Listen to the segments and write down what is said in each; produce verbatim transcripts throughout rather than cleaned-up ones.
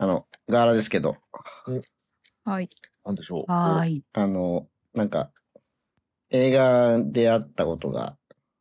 あの、ガーラですけど。 はい。 なんでしょう。 はい。 あの、なんか、映画であったことが、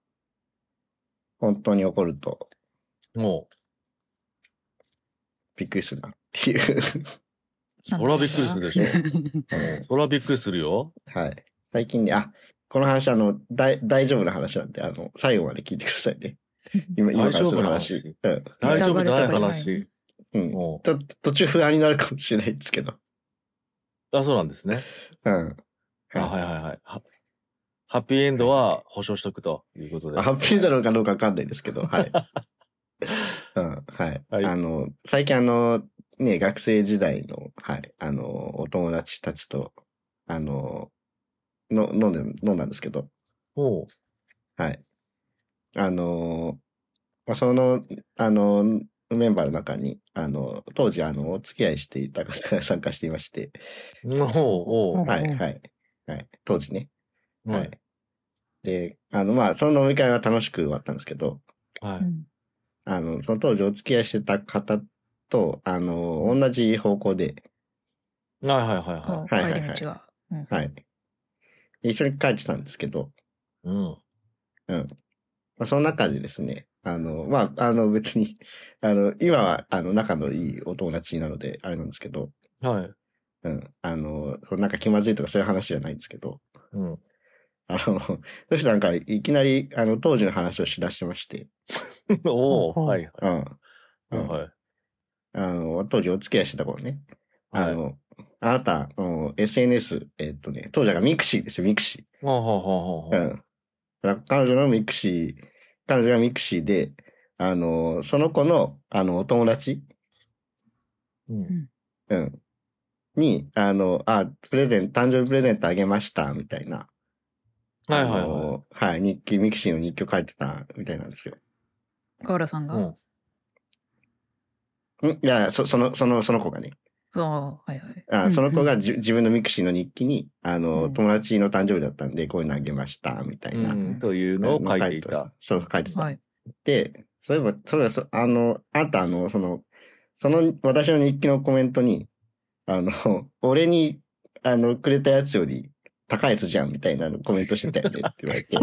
本当に起こると、 もう、 びっくりするなっていう。 そらびっくりするでしょ。うん、そらびっくりするよ。 はい。最近ね、あ、この話、あの、だい大丈夫な話なんで、あの、最後まで聞いてくださいね。今、今からする話。 大丈夫な話。 うん。 大丈夫じゃない疑われたくない話。 うん。ちもょっと途中不安になるかもしれないですけど。 うあ、そうなんですね。 うん。 あ、はいはいはい。はハッピーエンドは保証しとくということで。 あハッピーエンドなのかどうかわかんないですけど、はい。うん、はい。 はいあの、最近あの、ね、学生時代の、はい、あの、お友達たちと、あの、の、飲んで、飲んだんですけど、 おう。 はい。あの、まあ、その、あの、メンバーの中に、あの、当時、あの、お付き合いしていた方が参加していまして、 おうおう。 はい、はい、はい、当時ね。ははいい。で、あの、まあ、その飲み会は楽しく終わったんですけど、 はい。 うんあの、その当時お付き合いしてた方と、あの、同じ方向で、 はいはいはいはあはいはいはい帰り道が。うんはい。一緒に帰ってたんですけど、 い。うん。 うん。まあ、その中でですね、あの、まあ、あの別に、あの、今は、あの、仲のいいお友達なので、あれなんですけど、 はい。 うん。あの、そのなんか気まずいとかそういう話じゃないんですけど、 うん。 あの、そしてなんかいきなり、あの、当時の話をしだしてまして、 おおほうほうはいはい。 うん。うん。 はい。 あの、当時お付き合いしてた頃ね、あはい。 の、あなた、うん エスエヌエス、えっとね、当時はミクシーですよ、ミクシほうほうほうほうほー。うう。 ん。だから彼女のミクシー、彼女がミクシーで、あの、その子の、あの、お友達、 うん。 うん。に、あの、あ、プレゼント、誕生日プレゼントあげました、みたいな。 はいはいはい。 あの、はい、日記、ミクシーの日記を書いてた、みたいなんですよ。 河原さんが。 うん。 んいや、そその、その、その子がね。 ああ、はいはい。 あその子がじ、自分のミクシーの日記に、あの、 うん友達の誕生日だったんで、こういうのあげました、みたいな。 うん。というのを書いていた。 そう、書いてた。 はい。 で、そういえば、それはそ、あの、あんた、あの、その、その、私の日記のコメントに、あの、俺に、あの、くれたやつより高いやつじゃん、みたいなのコメントしてたよねって言われて、うわ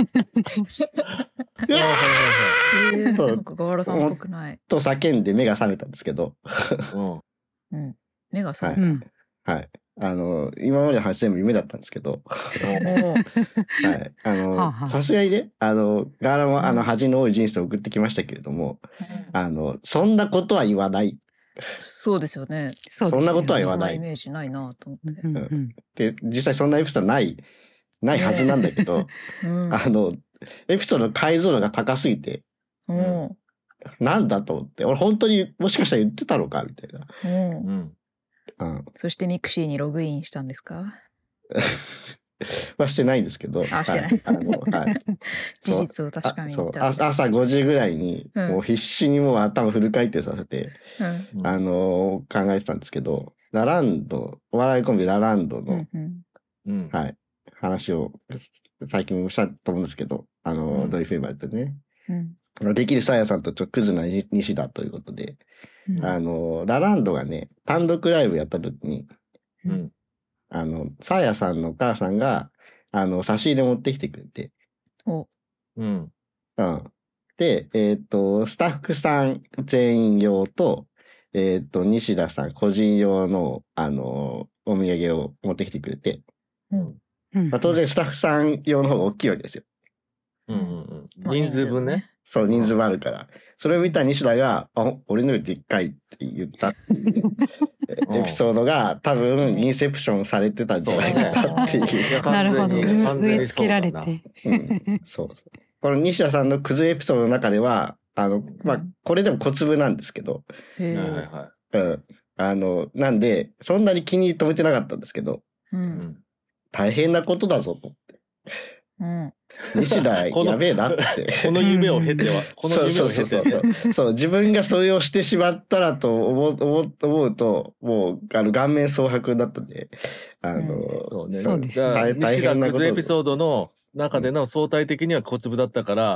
えー、 となんか河原さんっぽくない。 と叫んで目が覚めたんですけど、 うん。 うん。目が覚はいめた。 はい。あの、今までの話全部夢だったんですけど、 おーはい。あはあはの、 あさすがにね、あの、ガーラもあの、 うん恥の多い人生を送ってきましたけれども、 うんあの、そんなことは言わない。 そうですよね。 そそんなことは言そんなイわない。 メージないなと思って。 うんうんで、実際そんなエピソードない、ないはずなんだけど、 うん。 あの、エピソードの解像度が高すぎて、 おーなんだと思って、俺本当にもしかしたら言ってたのかみたいな。 おーうん。 うん。 そしてミクシーにログインしたんですか？ はしてないんですけど。 あしてないはい。あの、はい。 事実を確かめにそう行った。 あ朝ごじぐらいに、 うんもう必死にもう頭フル回転させて、 うんうんあの考えてたんですけど、ラランド、お笑いコンビラランドの、 うんうんうん。 はい、話を最近もしたと思うんですけど、あの、 うんドリフェイバーでね。 うんできるさやさんとちょっとクズな西田ということで、 うんあの、ラランドがね、単独ライブやった時に、 うん。 あの、さやさんのお母さんが、あの、差し入れ持ってきてくれて、 おうん。 うん。で、えっ、と、スタッフさん全員用と、えっ、と、西田さん個人用の、あの、お土産を持ってきてくれて、 うんうんまあ、当然スタッフさん用の方が大きいわけですよ。 うん。うん。 まあ人数分ね。 そう、人数もあるから。それを見た西田が、あ、俺のよりでっかいって言ったっていうエピソードが多分インセプションされてたんじゃないかなっていう。 いやなるほど。 完全に完全に植え付けられそうだなて。 うん、そうそう。この西田さんのクズエピソードの中では、あの、まあ、これでも小粒なんですけど、 へはいはいえ。 はうん。あの、なんで、そんなに気に留めてなかったんですけど、 う。 い。うんん。 大変なことだぞと思って。 うん。 西田このやべえなって。 この夢を経ては、このそう夢をそうそうそ経てう。そう、自分がそれをしてしまったらと思う、思う思うと、もう、あの、顔面蒼白だったんで、あの、 そうね。 そうですだから大大西田変なことクズエピソードの中での相対的には小粒だったから、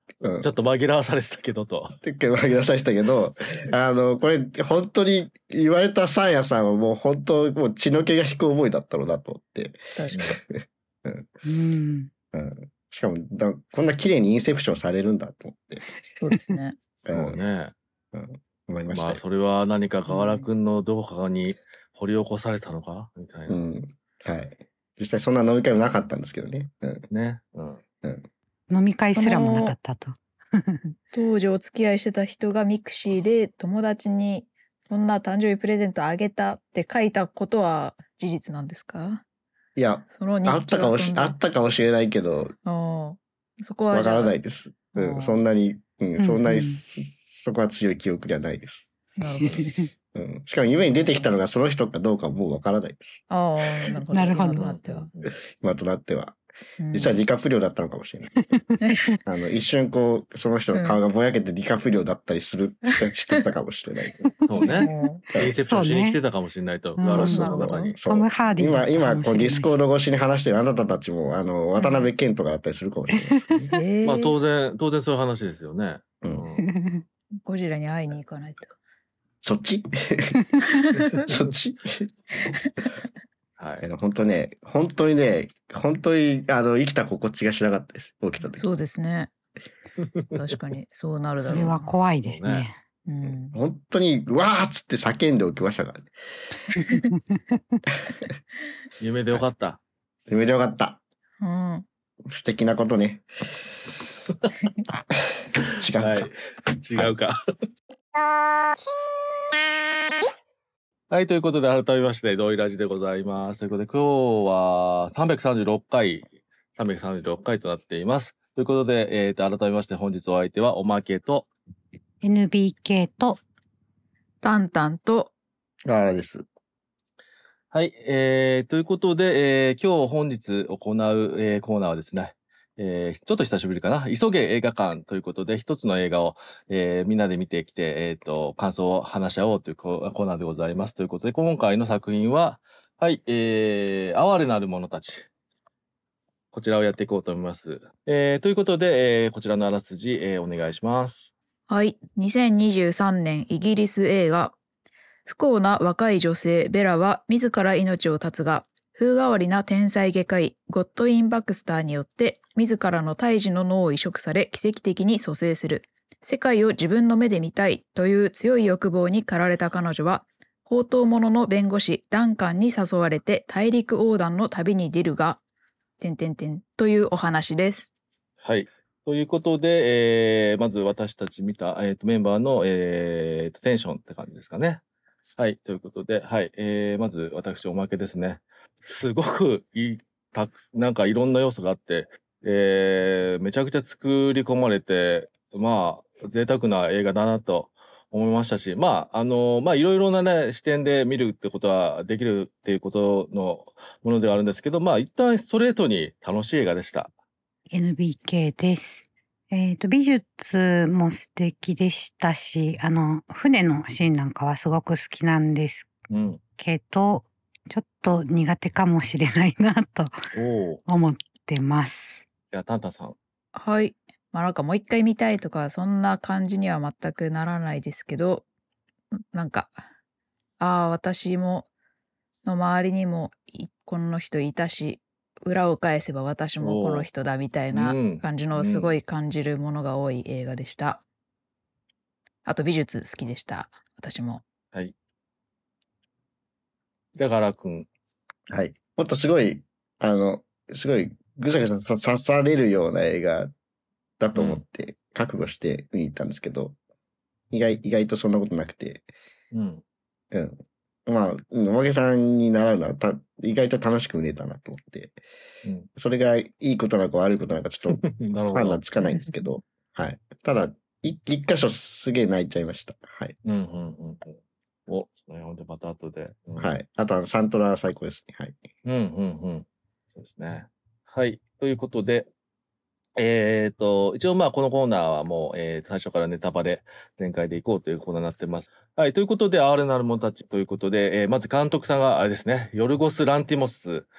うん。 ちょっと紛らわされてたけどと。 って紛らわされてたけど、あの、これ、本当に言われたサーヤさんはもう本当、もう血の気が引く思いだったろうなと思って。 確かに。 うん。 うん。しかもだ、こんな綺麗にインセプションされるんだと思って。 そうですね。 そうね。 うん。思いましたよ。 まあ、それは何か河原くんのどこかに掘り起こされたのかみたいな。 うん。はい。実際そんな飲み会もなかったんですけどね。うん。 ね。うん。 うん。 飲み会すらもなかったと。 当時お付き合いしてた人がミクシーで友達にこんな誕生日プレゼントあげたって書いたことは事実なんですか？ いや、 その日あったかもし、あったかもしれないけど、 ああ、そこはわからじゃあないです。うあん。 ーそんなに、うん、そんなにうんうんそ、そこは強い記憶ではないです。 なるほど。 うん。しかも夢に出てきたのがその人かどうかもうわからないです。 ああ、なるほど。 なるほど今となっては。 今となっては。 うん実はディカプリオだったのかもしれない。あの、一瞬こう、その人の顔がぼやけてディカプリオだったりする、してしてたかもしれない。 そうね。 もインセプションしに来てたかもしれないと。 そうねガールそうの中に。 そうトム・ハーディだっ今、今、こう、 たかもしれないディスコード越しに話してるあなたたちも、あの、渡辺謙とかだったりするかもしれないですね。 うへえまあ当然、当然そういう話ですよね。 ううんん。 ゴジラに会いに行かないと。 そっちそっちはい。 あの本当ね、本当にね、本当に、あの、生きた心地がしなかったです。起きた時。 そうですね。確かに、そうなるだろうな。 それは怖いですそうねね。 うん。 本当に、うわーっつって叫んで起きましたからね。 夢でよかった。 夢でよかった。 うん。 素敵なことね。違うか。 はい。違うか。はい。ということで、改めまして、ドイラジでございます。ということで、今日はさんびゃくさんじゅうろっかい、さんびゃくさんじゅうろっかいとなっています。ということで、えっ、と、改めまして、本日お相手は、おまけと、 エヌビーケー とタンタンと、 あらです。 はい。えー、ということで、えー、今日本日行う、えーコーナーはですね、えーちょっと久しぶりかな。急げ映画館ということで、一つの映画を、えーみんなで見てきて、えっ、と、感想を話し合おうというココーナーでございます。ということで、今回の作品は、はい、えー、哀れなる者たち。こちらをやっていこうと思います。えー、ということで、えーこちらのあらすじ、えーお願いします。 はい。にせんにじゅうさんねんイギリス映画。不幸な若い女性ベラは自ら命を絶つが、風変わりな天才外科医ゴッドウィン・バクスターによって自らの胎児の脳を移植され奇跡的に蘇生する。世界を自分の目で見たいという強い欲望に駆られた彼女は、放蕩者の弁護士ダンカンに誘われて大陸横断の旅に出るが、てんてんてんというお話です。 はい。ということで、えーまず私たち見た、えーとメンバーの、えーとテンションって感じですかね。はい。ということで、はい。えーまず私、おまけですね。すごくいい、たくなんかいろんな要素があって、えーめちゃくちゃ作り込まれて、まあ、贅沢な映画だなと思いましたし、まあ、あのまあ、いろいろなね、視点で見るってことはできるっていうことのものではあるんですけど、まあ、一旦ストレートに楽しい映画でした。 エヌビーケー です。えっ、と、美術も素敵でしたし、あの、船のシーンなんかはすごく好きなんですうん。 けど、ちょっと苦手かもしれないなとおお。 思ってます。 じゃあ、タンタンさん。 はい。まあなんかもう一回見たいとかそんな感じには全くならないですけど、なんか、ああ、私も、の周りにもいこの人いたし、裏を返せば私もこの人だみたいなうん感じのすごい感じるものが多い映画でした。あと美術好きでした。私も。 はい。じゃあ、ガラ君。 はい。もっとすごい、あの、すごいぐさぐさ刺されるような映画だと思って、覚悟して見に行ったんですけど、意外、意外とそんなことなくて、 うん。 うん。まあ、うんおまけさんに習うのはた意外と楽しく見れたなと思って、 うん。 それがいいことなのか悪いことなのかちょっとなるほど判断。つかないんですけど、はい。ただ、い一箇所すげえ泣いちゃいました。はい。 うんうんうんうん。お、それほんでまた後で。うん、 はい。あとはサントラ最高ですね。はい。 うんうんうん。そうですね。はい。ということで、えっ、と、一応まあこのコーナーはもう、えー最初からネタバレ全開でいこうというコーナーになってます。はい。ということで、哀れなる者たちということで、えーまず監督さんがあれですね、ヨルゴス・ランティモス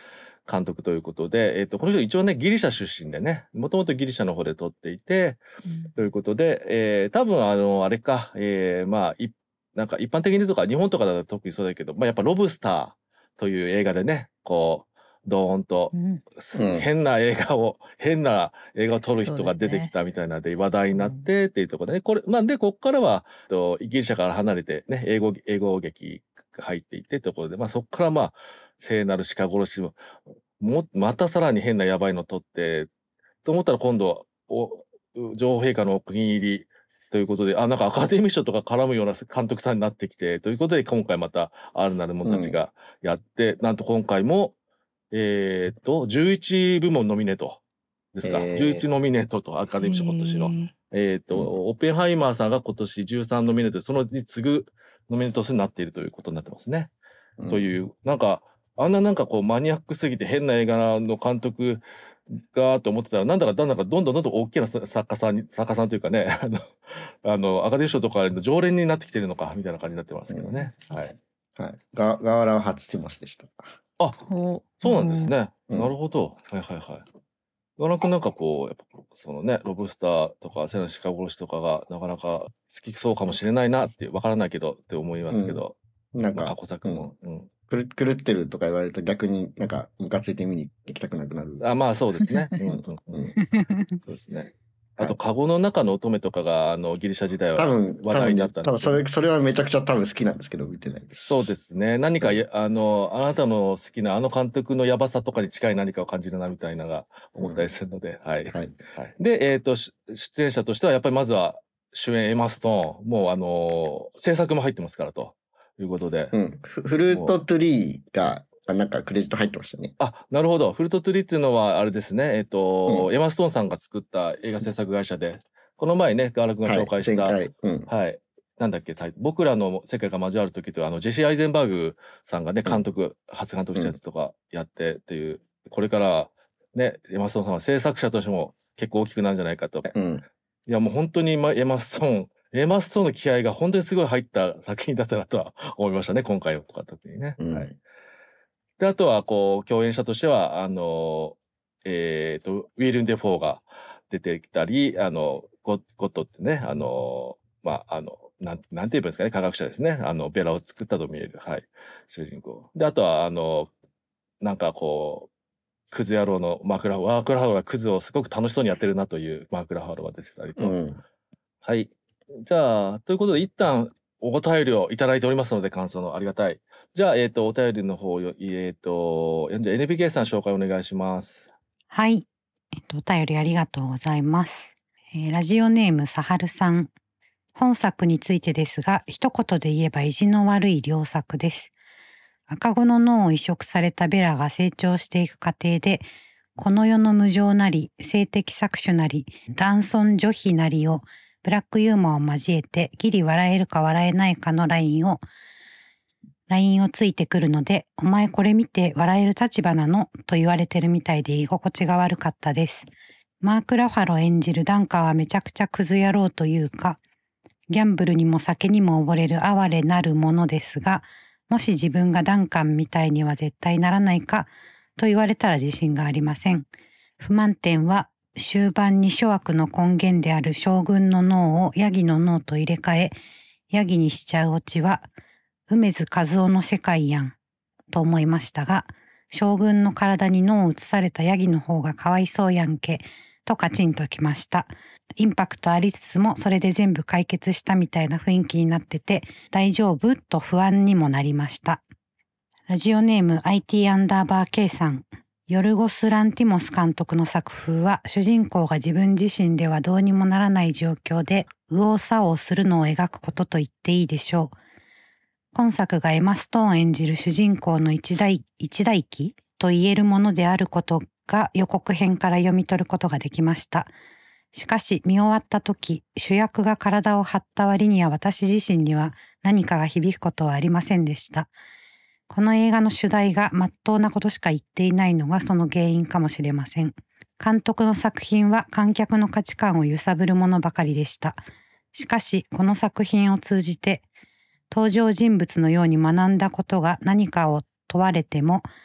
監督ということで、えっと、この人一応ね、ギリシャ出身でね、もともとギリシャの方で撮っていて、 うんということで、えー多分あの、あれか、えーまあ、いなんか一般的にとか、日本とかだと特にそうだけど、まあやっぱロブスターという映画でね、こう、ドーンと、 うんすうん変な映画を、変な映画を撮る人がそうですね出てきたみたいなので話題になってっていうところでね、これ、まあで、ここからは、とギリシャから離れてね、英語、英語劇が入っていってってところで、まあそこからまあ、聖なる鹿殺しも、も、またさらに変なやばいの撮って、と思ったら今度、お、女王陛下のお気に入りということで、あ、なんかアカデミー賞とか絡むような監督さんになってきて、ということで今回また、あるなる者たちがやって、なんと今回も、えーっと、じゅういち部門ノミネートですか。 へーじゅういちノミネートとアカデミー賞今年の。えーっと、 うんオッペンハイマーさんが今年じゅうさんノミネートで、そのに次ぐノミネート数になっているということになってますね。 うんという、なんか、あんななんかこうマニアックすぎて変な映画の監督がと思ってたら、なんだかだんだかどんどんどんどん大きな作家さんに、作家さんというかね、あの、あのアカデミー賞とかの常連になってきてるのか、みたいな感じになってますけどね。はい。 はい。ガガワラは初ティモスでした。 あ、 ほそうなんですね。 うんなるほど。はいはいはい。なかなかなんかこう、やっぱそのね、ロブスターとか、セナシカ殺しとかがなかなか好きそうかもしれないなって、わからないけどって思いますけど、 なんかまあ過去作も。うん狂狂ってるとか言われると逆になんかムカついて見に行きたくなくなる。 あ、まあそうですね。うんうんううんん。 そうですね。あと、カゴの中の乙女とかが、あの、ギリシャ時代は多分、 話題になったん多分ですけどそれ、それはめちゃくちゃ多分好きなんですけど、見てないです。 そうですね。何かや、あの、あなたの好きなあの監督のやばさとかに近い何かを感じるなみたいなのが思ったりするので、はい。 はい。 はい。で、えっと、し出演者としては、やっぱりまずは主演エマ・ストーン、もうあの、制作も入ってますからということで。 うん。フフルートトゥリーが、なんかクレジット入ってましたね。 あ、なるほど。フルトトゥリーっていうのは、あれですね。えっと、エマ・ストーンさんが作った映画制作会社で、この前ね、ガーラ君が紹介した、 はい、前回うん。 はい。なんだっけ、タイトル僕らの世界が交わる時という、あの、ジェシー・アイゼンバーグさんがね、監督、初監督したやつとかやってっていう、これからね、エマ・ストーンさんは制作者としても結構大きくなるんじゃないかと。 うん。 いや、もう本当にまエマ・ストーン、エマ・ストーンの気合が本当にすごい入った作品だったなとは思いましたね、今回とか時にね。 うんはい。で、あとは、こう、共演者としては、あの、えっと、ウィルン・デ・フォーが出てきたり、あの、ゴゴッドってね、あの、まあ、あの、なん、なんて言えばいいんですかね、科学者ですね。あの、ベラを作ったと見える、はい、主人公。で、あとは、あの、なんかこう、クズ野郎のマーク・ラファロー、マーク・ラファローがクズをすごく楽しそうにやってるなというマーク・ラファローが出てたりと。 うん。 はい。じゃあ、ということで、一旦お便りをいただいておりますので、感想のありがたい。じゃあ、えっ、と、お便りの方よ、えっ、と、じゃあ エヌビーケー さん紹介お願いします。 はい。えっと、お便りありがとうございます。えーラジオネームさはるさん。本作についてですが、一言で言えば意地の悪い良作です。赤子の脳を移植されたベラが成長していく過程で、この世の無情なり、性的搾取なり、男尊女卑なりをブラックユーモアを交えて、ギリ笑えるか笑えないかのラインを、ラインをついてくるので、お前これ見て笑える立場なのと言われてるみたいで居心地が悪かったです。マーク・ラファロ演じるダンカーはめちゃくちゃクズ野郎というか、ギャンブルにも酒にも溺れる哀れなるものですが、もし自分がダンカンみたいには絶対ならないかと言われたら自信がありません。不満点は終盤に諸悪の根源である将軍の脳をヤギの脳と入れ替え、ヤギにしちゃうオチは、梅津和夫の世界やんと思いましたが、将軍の体に脳を移されたヤギの方がかわいそうやんけとカチンときました。インパクトありつつもそれで全部解決したみたいな雰囲気になってて大丈夫と不安にもなりました。ラジオネーム アイティー アンダーバー K さん。ヨルゴス・ランティモス監督の作風は主人公が自分自身ではどうにもならない状況で右往左往するのを描くことと言っていいでしょう。今作がエマ・ストーン演じる主人公の一代、一代記と言えるものであることが予告編から読み取ることができました。しかし見終わった時、主役が体を張った割には私自身には何かが響くことはありませんでした。この映画の主題が真っ当なことしか言っていないのがその原因かもしれません。監督の作品は観客の価値観を揺さぶるものばかりでした。しかし、この作品を通じて、登場人物のように学んだことが何かを問われても、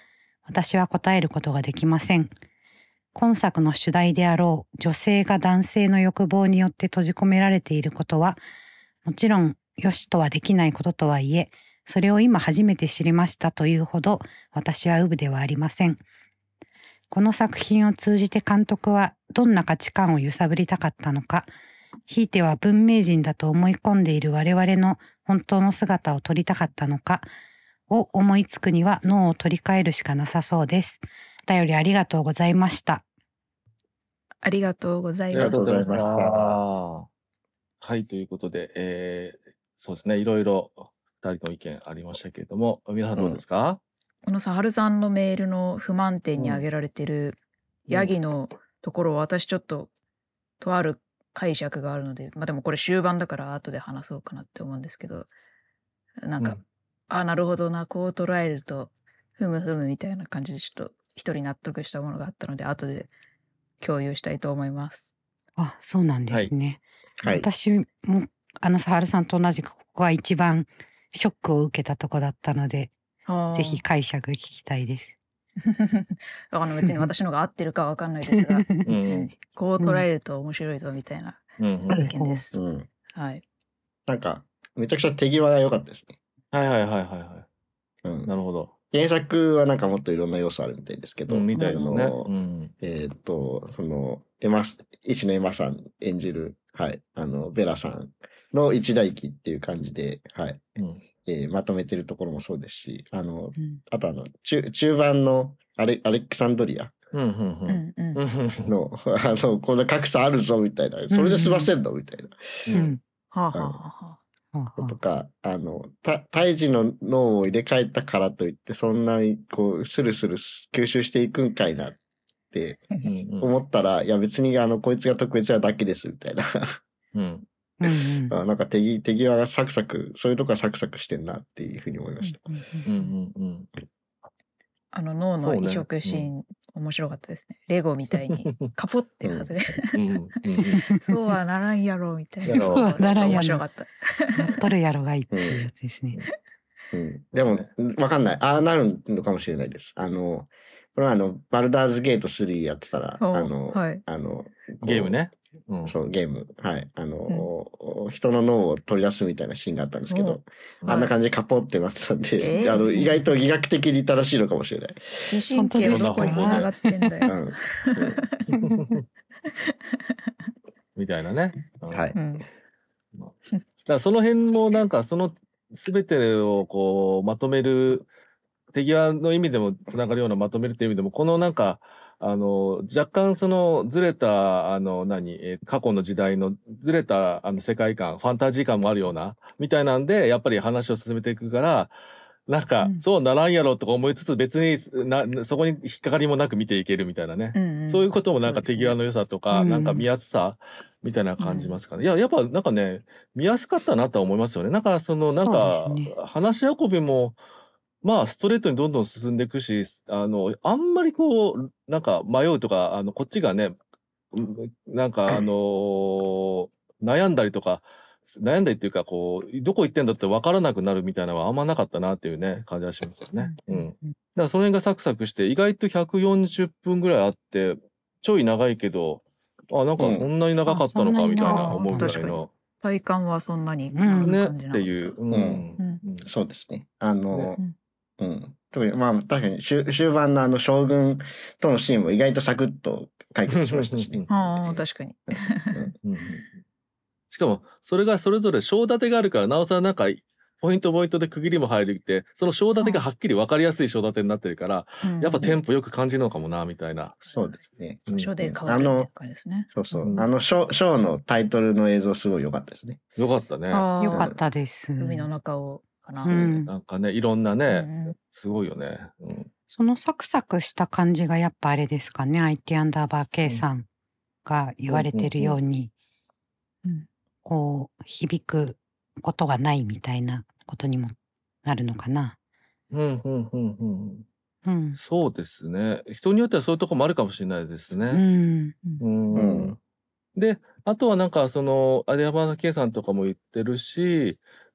私は答えることができません。今作の主題であろう女性が男性の欲望によって閉じ込められていることは、もちろん良しとはできないこととはいえ、それを今初めて知りましたというほど私はウブではありません。この作品を通じて監督はどんな価値観を揺さぶりたかったのか、ひいては文明人だと思い込んでいる我々の本当の姿を撮りたかったのかを思いつくには脳を取り替えるしかなさそうです。お便りありがとうございました。 ありがとうございありがます。 とうございました。 ありがとうございまはい、ということで、えー、そうですね、いろいろ二人の意見ありましたけれども、皆さんどうですか？ このサハルさんのメールの不満点に挙げられてるヤギのところを私ちょっととある解釈があるので、まあでもこれ終盤だから後で話そうかなって思うんですけど、なんか、 うんあ、なるほどな、こう捉えると、ふむふむみたいな感じでちょっと一人納得したものがあったので、後で共有したいと思います。 あ、そうなんですね。 はい。 私もあのサハルさんと同じくここが一番ショックを受けたとこだったので、 あぜひ解釈聞きたいです。 あの別に私のが合ってるかわかんないですが、 うんこう捉えると面白いぞみたいなうんうん意見です。 うん。 はい。 なんか、めちゃくちゃ手際が良かったですね。 はいはいはいはいはうんい。。なるほど。 原作はなんかもっといろんな要素あるみたいですけど、 うん、みたいですね。 あのうん。 えーっと、その、エマス、石野エマさん演じる、はい、あの、ベラさんの一代記っていう感じで、はい、 うん。 えーまとめてるところもそうですし、あの、 うんあとあの、中、中盤のアレ、アレキサンドリアうん、うん、 ううん。 んうん。 うんの、あの、この格差あるぞみたいな、それで済ませんのみたいなうんうんはあ、はあはあははあはことか、あの、た胎児の脳を入れ替えたからといって、そんなにこう、スルスル吸収していくんかいなってうんうん思ったら、いや別にあの、こいつが特別なだけですみたいな。 うん。 あうんうんあなんか手ぎ手際がサクサク、そういうとこがサクサクしてんなっていうふうに思いました。 うんうんうんうん。 あの脳の移植シーン、面白かったですね。レゴみたいにカポって外れ、 うんうんうん。 そうはならんやろみたいな。 やろそうはならんやろちょっと面白かった。 やっとるやろがいいっていうやつですね。 うん、でも、わかんない。ああなるのかもしれないです。あの、これはあの、バルダーズゲートスリーやってたら、あおの、 はいあの、こうゲーム。ね。うん。 そう、ゲーム。はい。あの、人の脳を取り出すみたいなシーンがあったんですけど、あんな感じでカポってなってたんで、 えーあの、意外と医学的に正しいのかもしれない。 視神経のどこに繋がってんだうよ。 ん。 みたいなね。うんはい。 うんだからその辺もなんかその全てをこうまとめる手際の意味でもつながるようなまとめるっていう意味でもこのなんかあの若干そのずれたあの何、えー過去の時代のずれたあの世界観ファンタジー感もあるようなみたいなんでやっぱり話を進めていくからなんか、 うんそうならんやろとか思いつつ別になそこに引っかかりもなく見ていけるみたいなね、 うんうんそういうこともなんかそうですね手際の良さとか、 うんなんか見やすさみたいな感じますかね。いや、やっぱなんかね、見やすかったなとは思いますよね。なんかその、なんかそうですね話し運びも、まあストレートにどんどん進んでいくし、あの、あんまりこう、なんか迷うとか、あの、こっちがね、うんなんかあのー悩んだりとか、悩んだりっていうか、こう、どこ行ってんだって分からなくなるみたいなのはあんまなかったなっていうね、感じはしますよね。うん。だからその辺がサクサクして、意外とひゃくよんじゅっぷんぐらいあって、ちょい長いけど、あ、なんかそんなに長かったのかうんみたいなあそんなに思うぐらい確かの、 体感はそんなにうん長いね、 感じなっていう。うん。 うんうんそうですね。あの、 ねうん。特に、まあ、確かに終、終盤のあの将軍とのシーンも意外とサクッと解決しましたしね。 ああ、確かに。 うんうんしかも、それがそれぞれ章立てがあるから、なおさらなんか、ポイントポイントで区切りも入るって、その章立てがはっきり分かりやすい章立てになってるから、やっぱテンポよく感じるのかもな、みたいな。 そうですね。 うん書で変わるっていう感じですね。 そうそう。 うんあの、ショー、ショーのタイトルの映像すごい良かったですね。 よかったね。 ああよかったです。 海の中をかな。 うんなんかね、いろんなね、 うんうんすごいよね。うん。 そのサクサクした感じがやっぱあれですかね。アイティーアンダーバー K さんが言われてるように、 うんこう、響くことがないみたいなことにもなるのかな。 うん、うん、うん、うん。 うん。 そうですね。人によってはそういうとこもあるかもしれないですうね。 ん。 うん。 うんで、あとはなんかその、有山圭さんとかも言ってるし、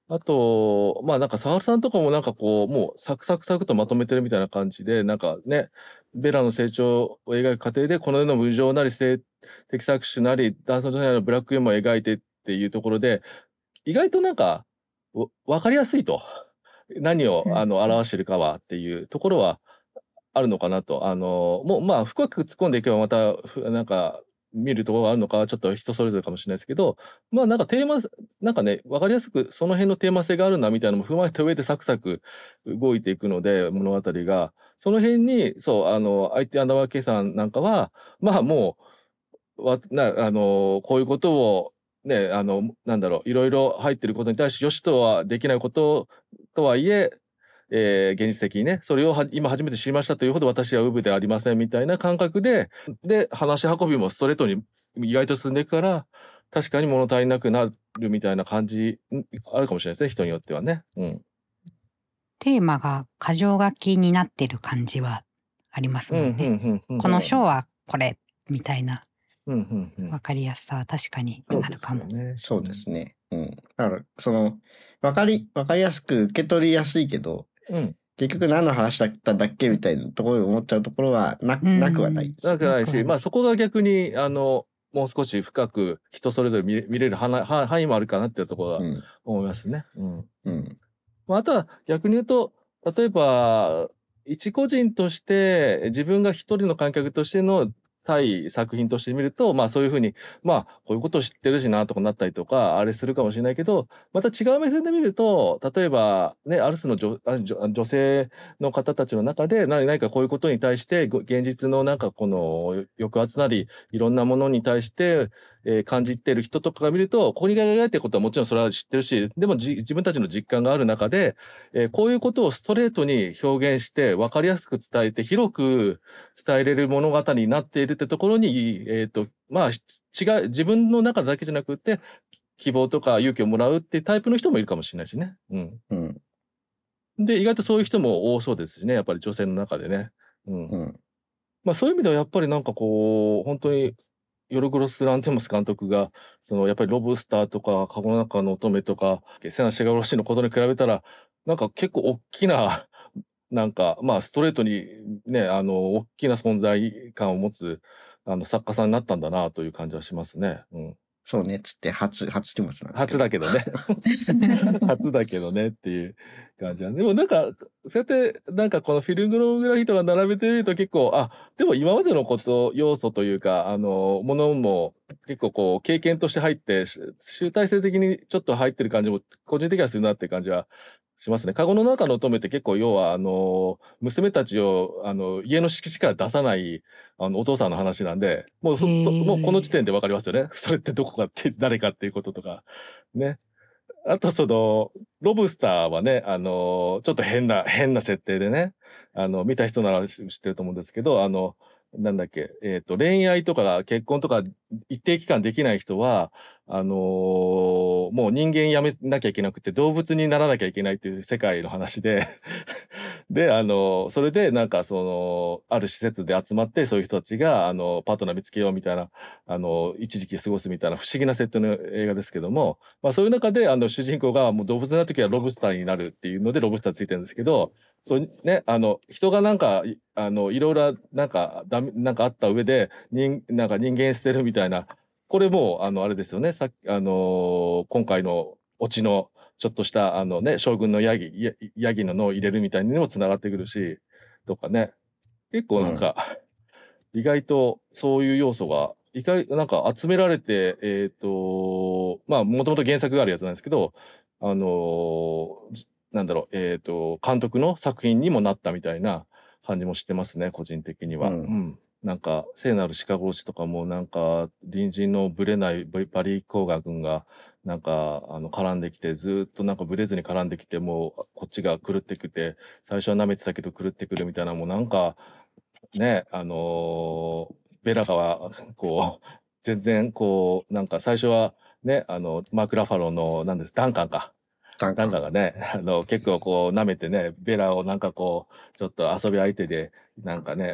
あと、まあなんか、サハルさんとかもなんかこう、もうサクサクサクとまとめてるみたいな感じで、なんかね、ベラの成長を描く過程で、この世の無情なり性的搾取なり、男性の女性のブラックユーモアを描いてっていうところで、意外となんか、わ分かりやすいと。何をあの表してるかはっていうところはあるのかなと。あの、もうまあ深く突っ込んでいけばまた、ふなんか見るところがあるのかはちょっと人それぞれかもしれないですけど、まあなんかテーマ、なんかね、分かりやすくその辺のテーマ性があるなみたいなのも踏まえた上でサクサク動いていくので、物語が。その辺に、そう、あの、アイティーアンダーバー K さんなんかは、まあもう、わなあの、こういうことを、ね、あの、なんだろう、いろいろ入ってることに対して、よしとはできないこととはいえ、えー現実的にね、それをは今初めて知りましたというほど私はウブではありませんみたいな感覚で、で、話し運びもストレートに意外と進んでいくから、確かに物足りなくなるみたいな感じ、んあるかもしれないですね、人によってはね。うん。 テーマが箇条書きになってる感じはありますうん、うん、 もんね。 うん、うん。 この章はこれみたいなうん、うん、うん。 分かりやすさは確かにそうですあるかも。 よね。 そうですね。うん。だから、その、わかり、わかりやすく受け取りやすいけど、 うん。 結局何の話だったんだっけみたいなところを思っちゃうところはな、 うんなくはないです。 なくないし、 なくはないまあそこが逆に、あの、もう少し深く人それぞれ見れ見れる範囲範囲もあるかなっていうところはうん。 思いますね。うん。 うん。 まあ、あとは逆に言うと、例えば、一個人として自分が一人の観客としての対作品として見ると、まあそういうふうに、まあこういうことを知ってるしなとかなったりとか、あれするかもしれないけど、また違う目線で見ると、例えばね、ある種の女あ女女性の方たちの中で何何かこういうことに対してご現実のなんかこの抑圧なりいろんなものに対して、えー感じてる人とかが見ると、ここに描いてることはもちろんそれは知ってるし、でもじ自分たちの実感がある中で、えーこういうことをストレートに表現して分かりやすく伝えて広く伝えれる物語になっているってところに、えっと、まあ、違う、自分の中だけじゃなくて、希望とか勇気をもらうっていうタイプの人もいるかもしれないしね。うん。 うん。 で、意外とそういう人も多そうですしね、やっぱり女性の中でね。うん。 うん。 まあそういう意味ではやっぱりなんかこう、本当に、ヨルゴロス・ランティモス監督が、そのやっぱりロブスターとか、カゴの中の乙女とか、セナ・シェガロシのことに比べたら、なんか結構大きな、なんか、まあストレートにね、あの、大きな存在感を持つ、あの、作家さんになったんだなという感じはしますね。うん。 そうね。つって初、初手持ちなんですけど。 初だけどね。初だけどねっていう感じは。でもなんか、そうやってなんかこのフィルムグラフィーとか並べてみると結構、あ、でも今までのこと、要素というか、あの、ものも結構こう経験として入って、し集大成的にちょっと入ってる感じも個人的にはするなっていう感じはしますね。カゴの中の乙女って結構要は、あの、娘たちを、あの、家の敷地から出さない、あの、お父さんの話なんで、もうそ、そもうこの時点でわかりますよね。それってどこかって、誰かっていうこととか。ね。あとその、ロブスターはね、あの、ちょっと変な、変な設定でね、あの、見た人なら知知ってると思うんですけど、あの、なんだっけ、えっと、恋愛とか結婚とか一定期間できない人は、あのーもう人間やめなきゃいけなくて動物にならなきゃいけないっていう世界の話で、で、あの、それでなんかその、ある施設で集まってそういう人たちが、あの、パートナー見つけようみたいな、あの、一時期過ごすみたいな不思議な設定の映画ですけども、まあそういう中で、あの、主人公がもう動物になる時はロブスターになるっていうのでロブスターついてるんですけど、そうね、あの、人がなんか、いあの、いろいろなんか、だめ、なんかあった上で、人、なんか人間捨てるみたいな、これも、あの、あれですよね、さっき、あのー今回のオチの、ちょっとした、あのね、将軍のヤギ、ヤヤギの脳を入れるみたいにもつながってくるし、とかね。結構なんか、意外とそういう要素が、意外、なんか集められて、えっと、まあ、もともと原作があるやつなんですけど、あのーじなんだろう、えっと、監督の作品にもなったみたいな感じもしてますね、個人的には。 ううんん。なんか、聖なる鹿殺しとかも、なんか、隣人のブレないババリー・コーガー君が、なんか、あの、絡んできて、ずーっとなんかブレずに絡んできて、もう、こっちが狂ってきて、最初は舐めてたけど狂ってくるみたいな、もうなんか、ね、あのーベラガは、こう、全然、こう、なんか最初は、ね、あの、マーク・ラファローの、なんです、ダンカンか。 ダンカン。 ダンカンがね、あの、結構こう、舐めてね、ベラをなんかこう、ちょっと遊び相手で、なんかね、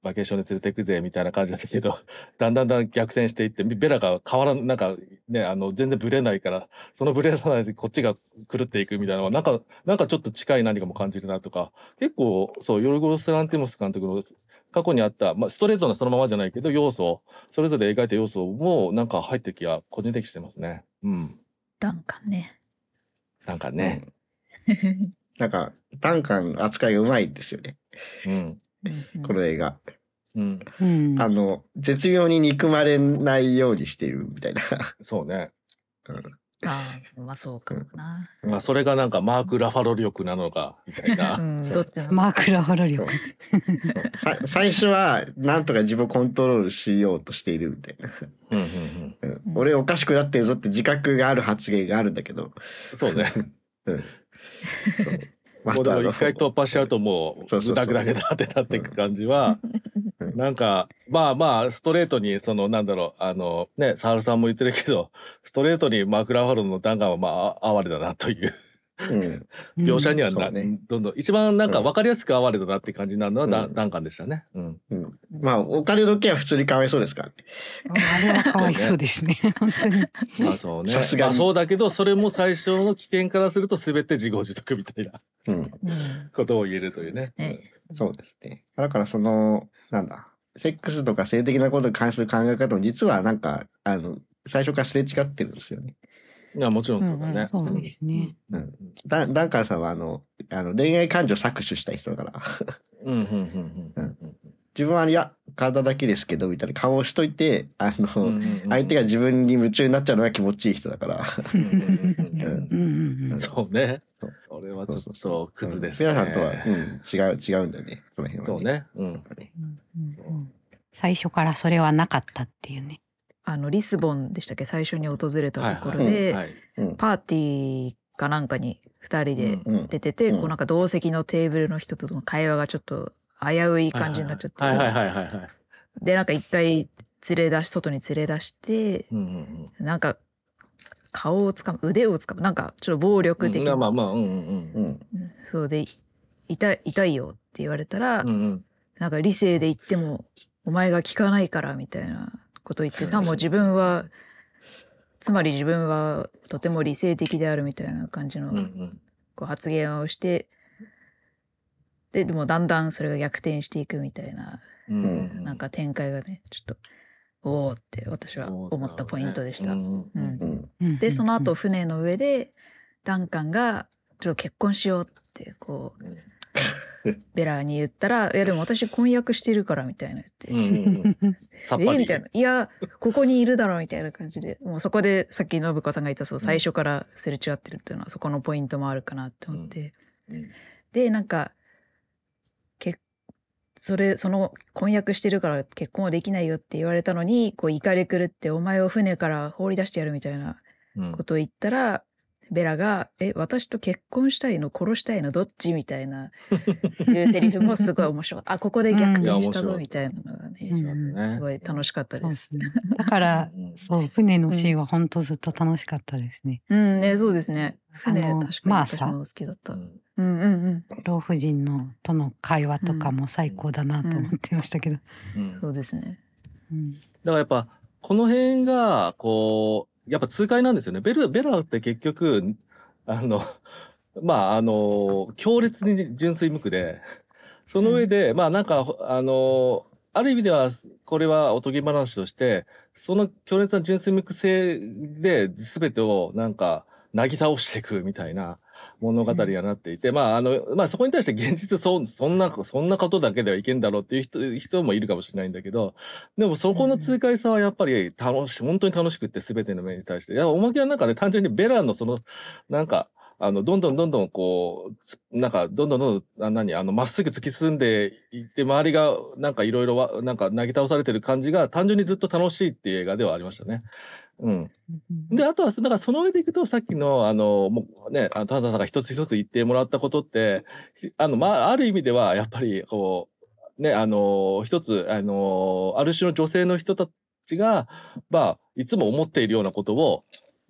バケーションに連れてくぜみたいな感じだったけど、だんだんだん逆転していって、ベラが変わらん、なんかね、あの、全然ブレないから、そのブレさないでこっちが狂っていくみたいなのは、なんか、なんかちょっと近い何かも感じるなとか、結構、そう、ヨルゴス・ランティモス監督の過去にあった、まあ、ストレートなそのままじゃないけど、要素、それぞれ描いた要素も、なんか入ってる気が個人的にしてますね。うん。 ダンカンね。 なんかね。 なんか、ダンカン扱いがうまいんですよね。 うん。 この映画。 うん。 うんあの、絶妙に憎まれないようにしているみたいな。 そうね。 ああ、まあそうかもな。 まあ、それがなんかマーク・ラファロ力なのか、みたいな。 うん、どっちの。 マークラファロそう力。 さ最初は、なんとか自分をコントロールしようとしているみたいな。 うんうんうんうん俺おかしくなってるぞって自覚がある発言があるんだけど。 うん。そうね。 うん。そうまもうでたあのも一回突破しちゃうともそううそうそうグダグダグダってなっていく感じは、 うんなんかまあまあストレートにそのなんだろうあのねサハルさんも言ってるけどストレートにマーク・ラファロの弾丸はまあ哀れだなといううん。 描写にはな、 そうねどんどん一番なんか分かりやすく哀れだなって感じになるのはダうんダンカンでしたね。うん。 うん。まあ、お金の件は普通にかわいそうですからね。 あれはかわいそうですね。本当に。 まあそうね。 さすがにまあそうだけどそれも最初の起点からすると全て自業自得みたいなうん。 うんことを言えるというね。 そうですねそうですね。だからその、なんだ、セックスとか性的なことに関する考え方も実はなんか、あの、最初からすれ違ってるんですよね。 いやもちろんそうだね。 うんうんそうですね。 うんうんダダンカンさんはあの、あの恋愛感情を搾取したい人だから。 うんうんうんうんうんうん自分はいや、体だけですけど、みたいな顔をしといて、あの、 うんうんうん相手が自分に夢中になっちゃうのが気持ちいい人だから。 うんうんうんうんうんうんそうねそう。 俺はちょっとクズですね。 ね。 皆さんとは、うん、違う、違うんだよね。その辺は、 そう。ね。うん。 うんうん最初からそれはなかったっていうね。 あのリスボンでしたっけ、最初に訪れたところはいで、 はい。 うん。 パーティーかなんかにふたりでうん。 出てて、 うんこうなんか同席のテーブルの人との会話がちょっと危うい感じになっちゃって、 はいはいはいはいはい。 でなんか一回連れ出し外に連れ出して、 うんうんなんか顔をつかむ腕をつかむなんかちょっと暴うん。 力的な、 まあまあうんうんうん。 そうで痛い痛いよって言われたら、 うん。うんうん。 なんか理性で言ってもお前が聞かないからみたいなこと言ってた、もう自分はつまり自分はとても理性的であるみたいな感じのうんうん。 こう発言をして、ででもだんだんそれが逆転していくみたいな、 うんうん。 なんか展開がねちょっとおおって私は思ったポイントでした。 うんうんうんうん。 でその後船の上でダンカンがちょっと結婚しようってこうベラに言ったら、いやでも私婚約してるからみたいな言って、 うんうんうん。さっぱり。 えみたいな、いやここにいるだろうみたいな感じで、もうそこでさっき信子さんが言ったそう最初からすれ違ってるっていうのはそこのポイントもあるかなって思って、 うんでなんかけそれその婚約してるから結婚はできないよって言われたのに、こう怒り狂ってお前を船から放り出してやるみたいなうん。 ことを言ったら、ベラが「え私と結婚したいの殺したいのどっち?」みたいないうセリフもすごい面白い。あここで逆転したぞみたいなのがね、 うんねすごい楽しかったで。 そうですすね。だからうんそう船のシーンは本当ずっと楽しかったですね。 うんね、そうですね。船あの確かにマーサ私も好きだった。 ううんんうんうん。 老婦人のとの会話とかも最高だなと思ってましたけど。 うんそうですね。 うんだからやっぱこの辺がこうやっぱ痛快なんですよね。ベルベラって結局あのまああの強烈に純粋無垢で、その上で、まあなんかあのある意味ではこれはおとぎ話としてその強烈な純粋無垢性で全てをなんかなぎ倒していくみたいな物語にはなっていて、まああのまあそこに対して現実そそんなそんなことだけではいけんだろうっていう人人もいるかもしれないんだけど、でもそこの痛快さはやっぱり楽しい本当に楽しくって全ての面に対して、いやおまけはなんかね単純にベラのそのなんかあのどんどんどんどんこうつなんかどんどんどんどんあ何あのまっすぐ突き進んでいって周りがなんかいろいろわなんかなぎ倒されてる感じが単純にずっと楽しいっていう映画ではありましたね。うん。であとはだからその上でいくとさっきのあのもうねあのたださんが一つ一つ言ってもらったことってひあのまあある意味ではやっぱりこうねあの一つあのある種の女性の人たちがまあいつも思っているようなことを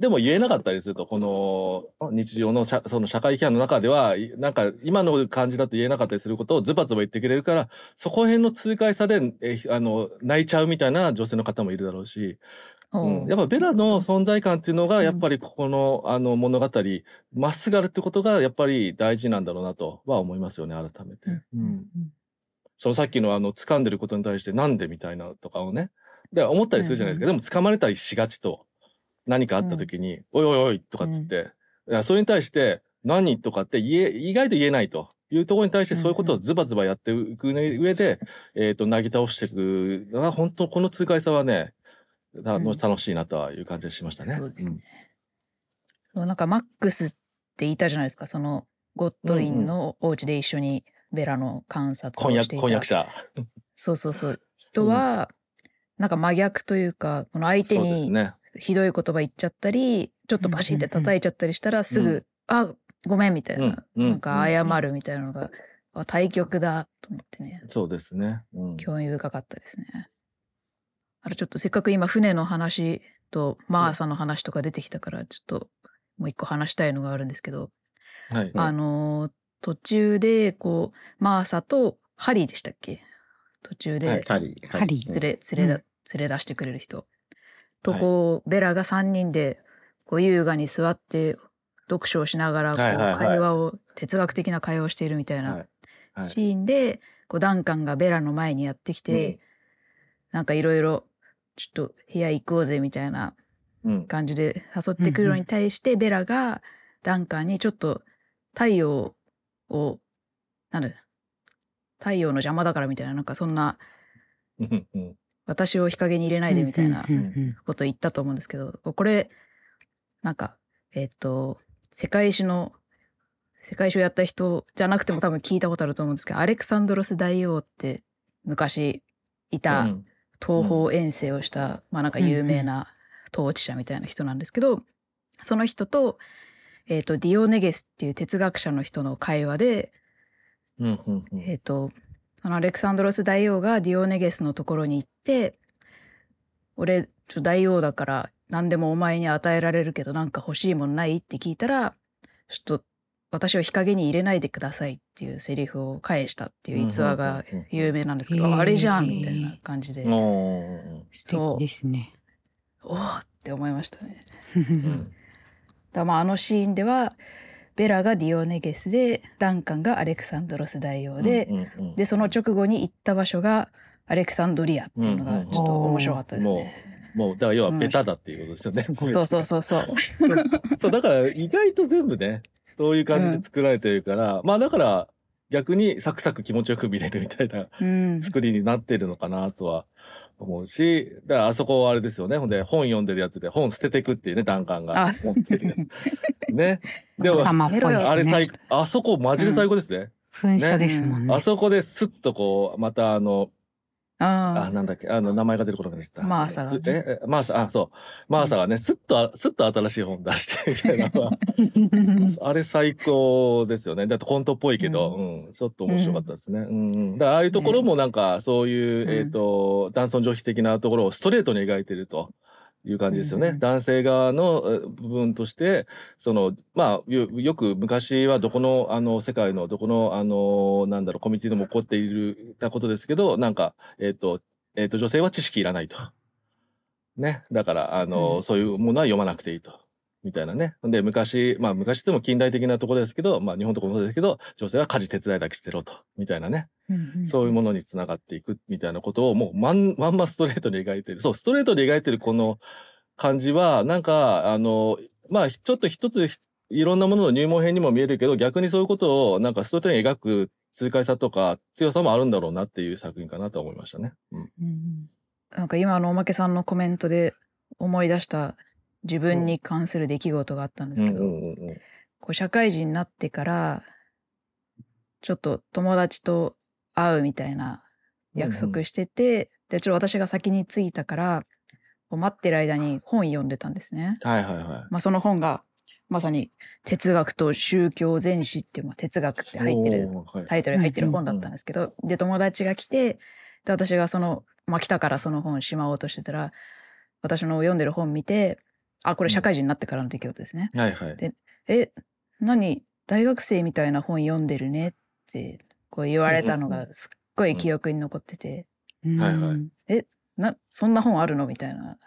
でも言えなかったりすると、この日常の社その社会規範の中では、いなんか今の感じだと言えなかったりすることをズバズバ言ってくれるから、そこへんの痛快さで、えあの泣いちゃうみたいな女性の方もいるだろうし、うん、やっぱベラの存在感っていうのが、やっぱりここの、あの物語、まっすぐあるってことがやっぱり大事なんだろうなとは思いますよね、改めて。 うんうんそのさっきのあの掴んでることに対してなんでみたいなとかをね、で思ったりするじゃないですか。でも掴まれたりしがちと、何かあった時に、おいおいおいとかっつって、いやそれに対して何とかって言え意外と言えないというところに対してそういうことをズバズバやっていく上で、えっとなぎ倒していくのが本当この痛快さはね、たの楽しいなという感じがしましたね。 そうですね。なんかマックスって言いたじゃないですか。そのゴッドウィンのお家で一緒にベラの観察をしていた婚約者。 そうそうそう。人は、なんか真逆というか、この相手にひどい言葉言っちゃったり、ちょっとバシって叩いちゃったりしたらすぐ、うん、あ、ごめんみたいな、うん、なんか謝るみたいなのが、うん、対極だと思ってね。 そうですね。 うん、興味深かったですね。あれちょっとせっかく今船の話とマーサの話とか出てきたから、ちょっともう一個話したいのがあるんですけど、 はい、 あのー、途中でこうマーサとハリーでしたっけ？途中で、 はい、ハリー、ハリー連れ連れだ、連れ出してくれる人とこう、はい、ベラがさんにんでこう優雅に座って読書をしながらこう、はいはいはい、会話を哲学的な会話をしているみたいなシーンで、はいはい、こうダンカンがベラの前にやってきて、うん、なんかいろいろちょっと部屋行こうぜみたいな感じで誘ってくるのに対して、うん、ベラがダンカンにちょっと太陽をなんだ太陽の邪魔だからみたいな、なんかそんな私を日陰に入れないでみたいなことを言ったと思うんですけど、これなんかえっと世界史の世界史をやった人じゃなくても多分聞いたことあると思うんですけど、アレクサンドロス大王って昔いた東方遠征をした、まあなんか有名な統治者みたいな人なんですけど、その人とえっとディオネゲスっていう哲学者の人の会話で、 うんうんうん、 えっとあのアレクサンドロス大王がディオネゲスのところに行って、俺ちょ大王だから何でもお前に与えられるけどなんか欲しいものないって聞いたら、ちょっと私を日陰に入れないでくださいっていうセリフを返したっていう逸話が有名なんですけど、うんうんうん、あれじゃんみたいな感じで、 素敵ですね。 おーって思いましたね。だまああのシーンではベラがディオネゲスでダンカンがアレクサンドロス大王で、うんうんうん、でその直後に行った場所がアレクサンドリアっていうのがちょっと面白かったですね。 もう、もうだから要はベタだっていうことですよね。 そうそうそうそう。 そうだから意外と全部ね、そういう感じで作られてるから、うん、まあだから逆にサクサク気持ちよく見れるみたいな作りになってるのかなとは思うし、だからあそこはあれですよね。ほんで本読んでるやつで本捨ててくっていうね、ダンカンが持ってるやつ。ね。 でも、 あれ最、あそこマジで最高ですね。 噴射ですもんね。 あそこですっとこう、またあの、ああ、なんだっけ、あの、名前が出ることがでした。 マーサが、ね。 え、マーサ、あ、そう。マーサがね、すっと、すっと新しい本出してみたいなのは、あれ最高ですよね。だってコントっぽいけど、うん、うん、ちょっと面白かったですね。うん、うん。だからああいうところもなんか、そういう、うん、えっと、男尊女卑的なところをストレートに描いてると。いう感じですよね。うん、男性側の部分として、その、まあ、よ、よく昔はどこの、あの、世界のどこの、あの、なんだろう、コミュニティでも起こっている、たことですけど、なんか、えっと、えっと、女性は知識いらないと。ね。だから、あの、うん、そういうものは読まなくていいと。みたいなね。で、昔、まあ、昔でも近代的なところですけど、まあ、日本とかもそうですけど、女性は家事手伝いだけしてろと。みたいなね。うんうん、そういうものにつながっていくみたいなことをもうまん、まんまストレートに描いてる。そう、ストレートに描いてるこの感じは、なんか、あの、まあ、ちょっと一ついろんなものの入門編にも見えるけど、逆にそういうことをなんかストレートに描く痛快さとか強さもあるんだろうなっていう作品かなと思いましたね。うん。うん、 なんか今のおまけさんのコメントで思い出した自分に関する出来事があったんですけど、こう社会人になってからちょっと友達と会うみたいな約束してて、うんうん、でちょっと私が先に着いたから待ってる間に本読んでたんですね。 はいはいはい。 まあその本がまさに哲学と宗教全史っていう、まあ、哲学って入ってる、はい、タイトルに入ってる本だったんですけど、うんうんうん、で友達が来て、で私がそのまあ来たからその本しまおうとしてたら、私の読んでる本見て、 あ、これ社会人になってからの出来事ですね。 はいはい。 で、え、何大学生みたいな本読んでるねってこう言われたのうんうんがすっごい記憶に残ってて、 うんはいはいえ、な、そんな本あるのみたいな。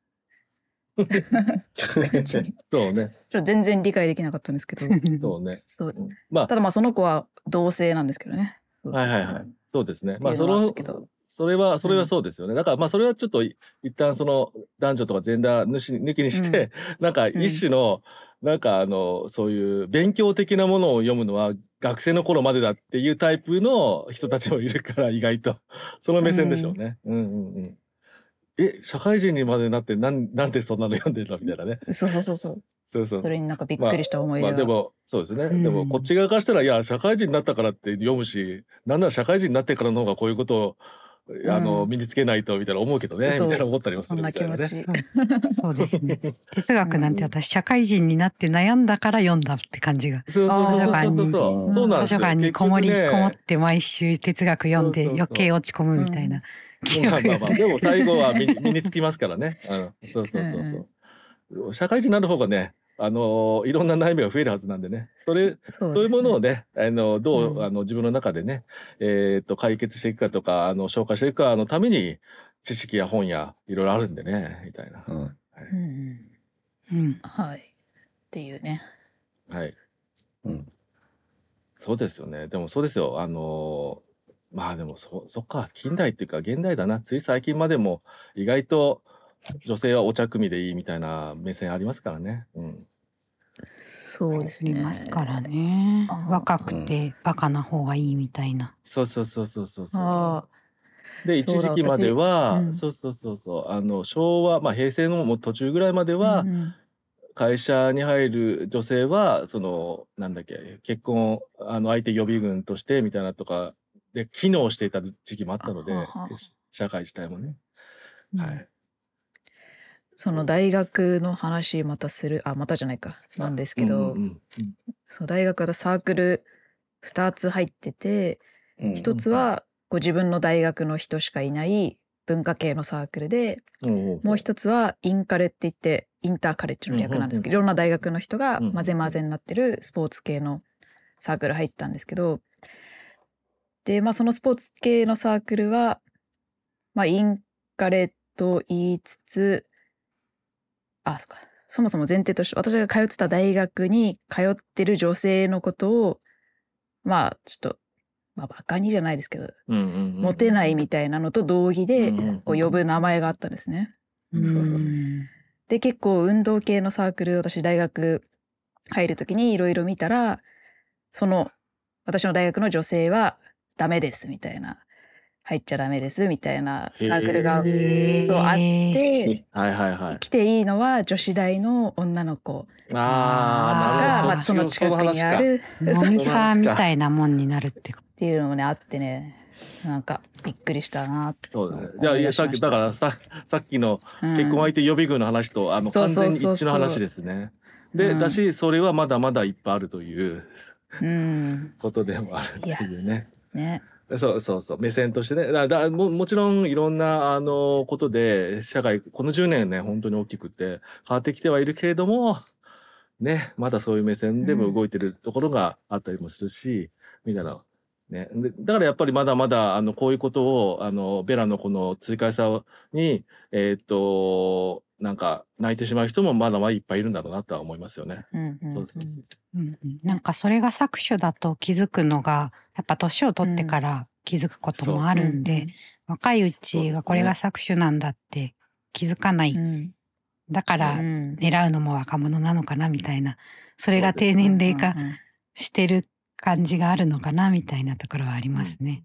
ちょっそうね。 と全然理解できなかったんですけど、 そうね。 そう。 うんまただまあその子は同性なんですけどね。 あ、はいはいはい。そうですね。まあ、 っていうのはあそのったけど、 それは、それうんはそうですよね。だから、まあ、それはちょっとい、一旦その男女とかジェンダー抜し抜きにして、なんか一種の、なんかあの、そういう勉強的なものを読むのは学生の頃までだっていうタイプの人たちもいるから、意外と。その目線でしょうね。うんうんうん。え、社会人にまでなって、なん、なんでそんなの読んでるのみたいなね。 そうそうそうそう。 そうそう。 それになんかびっくりした思い出が。 まあでも、そうですね。 うんでも、こっち側からしたら、いや、社会人になったからって読むし、なんなら社会人になってからの方がこういうことを、あの、 うん身につけないと、みたいな思うけどね、みそうたいな思ったりもすそんなるみたいなね。 気持ち。 そうですね。哲学なんて私、社会人になって悩んだから読んだって感じが。 そうそうそうそうそうあそう。そうなんですよ。 図書館にこもり、 結局ねこもって毎週哲学読んでそうそうそう余計落ち込むみたいな記憶がまあまあまあ、でも最後は身に身につきますからね。あのそうそうそうそう。社会人になる方がね、あのいろんな悩みが増えるはずなんでね。それ、 そうそういうものをね。 ね、あのどう、 うんあの自分の中でね、えーっと解決していくかとか、あの消化していくかのために知識や本やいろいろあるんでね、みたいな。 うんうんうんうん。 はい。っていうね。 はい。 うんそうですよね。でもそうですよ。あのまあでもそ、そっか、近代っていうか現代だな。つい最近までも意外と女性はお茶組でいいみたいな目線ありますからね。うん。 ありそうですね。 ますからねあ。 若くてバカな方がいいみたいな。 そうそうそうそうそうそう。 あで、 そうだ一時期までは、 私うんそうそうそうそう、あの、昭和、まあ平成のもう途中ぐらいまであ。 は、 うんうん会社に入る女性は、その、なんだっけ、結婚、あの、相手予備軍としてみたいなとか、で、機能していた時期もあったのでははは、 社会自体もね。 うんはい。 その大学の話またする、あ、またじゃないか。なんですけど、 うんうんうんそう、大学はサークルふたつ入ってて、 うん一つはご自分の大学の人しかいない文化系のサークルで、 うんうんもう一つはインカレって言ってインターカレッジの略なんですけど、いろんな大学の人がうんうん混ぜ混ぜになってるスポーツ系のサークル入ってたんですけど、で、まあそのスポーツ系のサークルは、まあインカレと言いつつ、あ、そっか。そもそも前提として、私が通ってた大学に通ってる女性のことを、まあちょっと、まあバカにじゃないですけど、 うんうんうんモテないみたいなのと同義でうんうんうんこう呼ぶ名前があったんですね。そうそううんで、結構運動系のサークル、私大学入るときにいろいろ見たら、その私の大学の女性はダメですみたいな、入っちゃダメですみたいなサークルがへーそうあって、 はいはいはい。 来ていいのは女子大の女の子ああ、なるほど。 が、まあ、その近くにあるモミサーみたいなもんになるってこっていうのもねあってね、なんかびっくりしたなってそうだね。いやいや、さっき、だからさ、さっきのうん結婚相手予備軍の話と、あの、 そう完全そうそうそうに一致の話ですね。で、 うんだし、それはまだまだいっぱいあるといううんことでもあるっていうね。 ねそうそうそう、目線としてね。だだももちろんいろんな、あの、ことで、社会、このじゅうねんね、本当に大きくて変わってきてはいるけれども、ね、まだそういう目線でも動いてるところがあったりもするし、みたいな。ね、でだからやっぱりまだまだあのこういうことをあのベラのこの追加さにえーっとなんか泣いてしまう人もまだまだいっぱいいるんだろうなとは思いますよね。 うんうんそうそうそうと、うんうんなんかそれが搾取だと気づくのがやっぱ年を取ってから気づくこともあるんで、若いうちがこれが搾取なんだって気づかない、 うんだからうん狙うのも若者なのかなみたいな、それが低年齢化うんうんしてる感じがあるのかなみたいなところはありますね。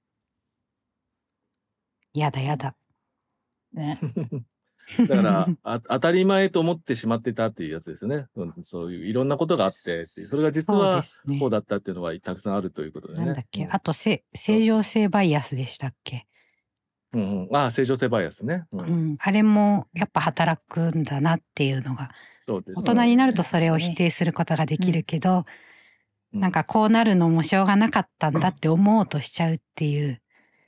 やだやだ。 ねだからあ当たり前と思ってしまってたっていうやつですよね。うんそういういろんなことがあってっていうそれが実そうはですねこうだったっていうのはたくさんあるということでね。 なんだっけ、 うんあとせ正常性バイアスでしたっけ、 うんうん、ああ正常性バイアスね。う、 うんん、あれもやっぱ働くんだなっていうのが、 そうです大人になるとそれを否定することができるけど、なんかこうなるのもしょうがなかったんだって思おうとしちゃうっていう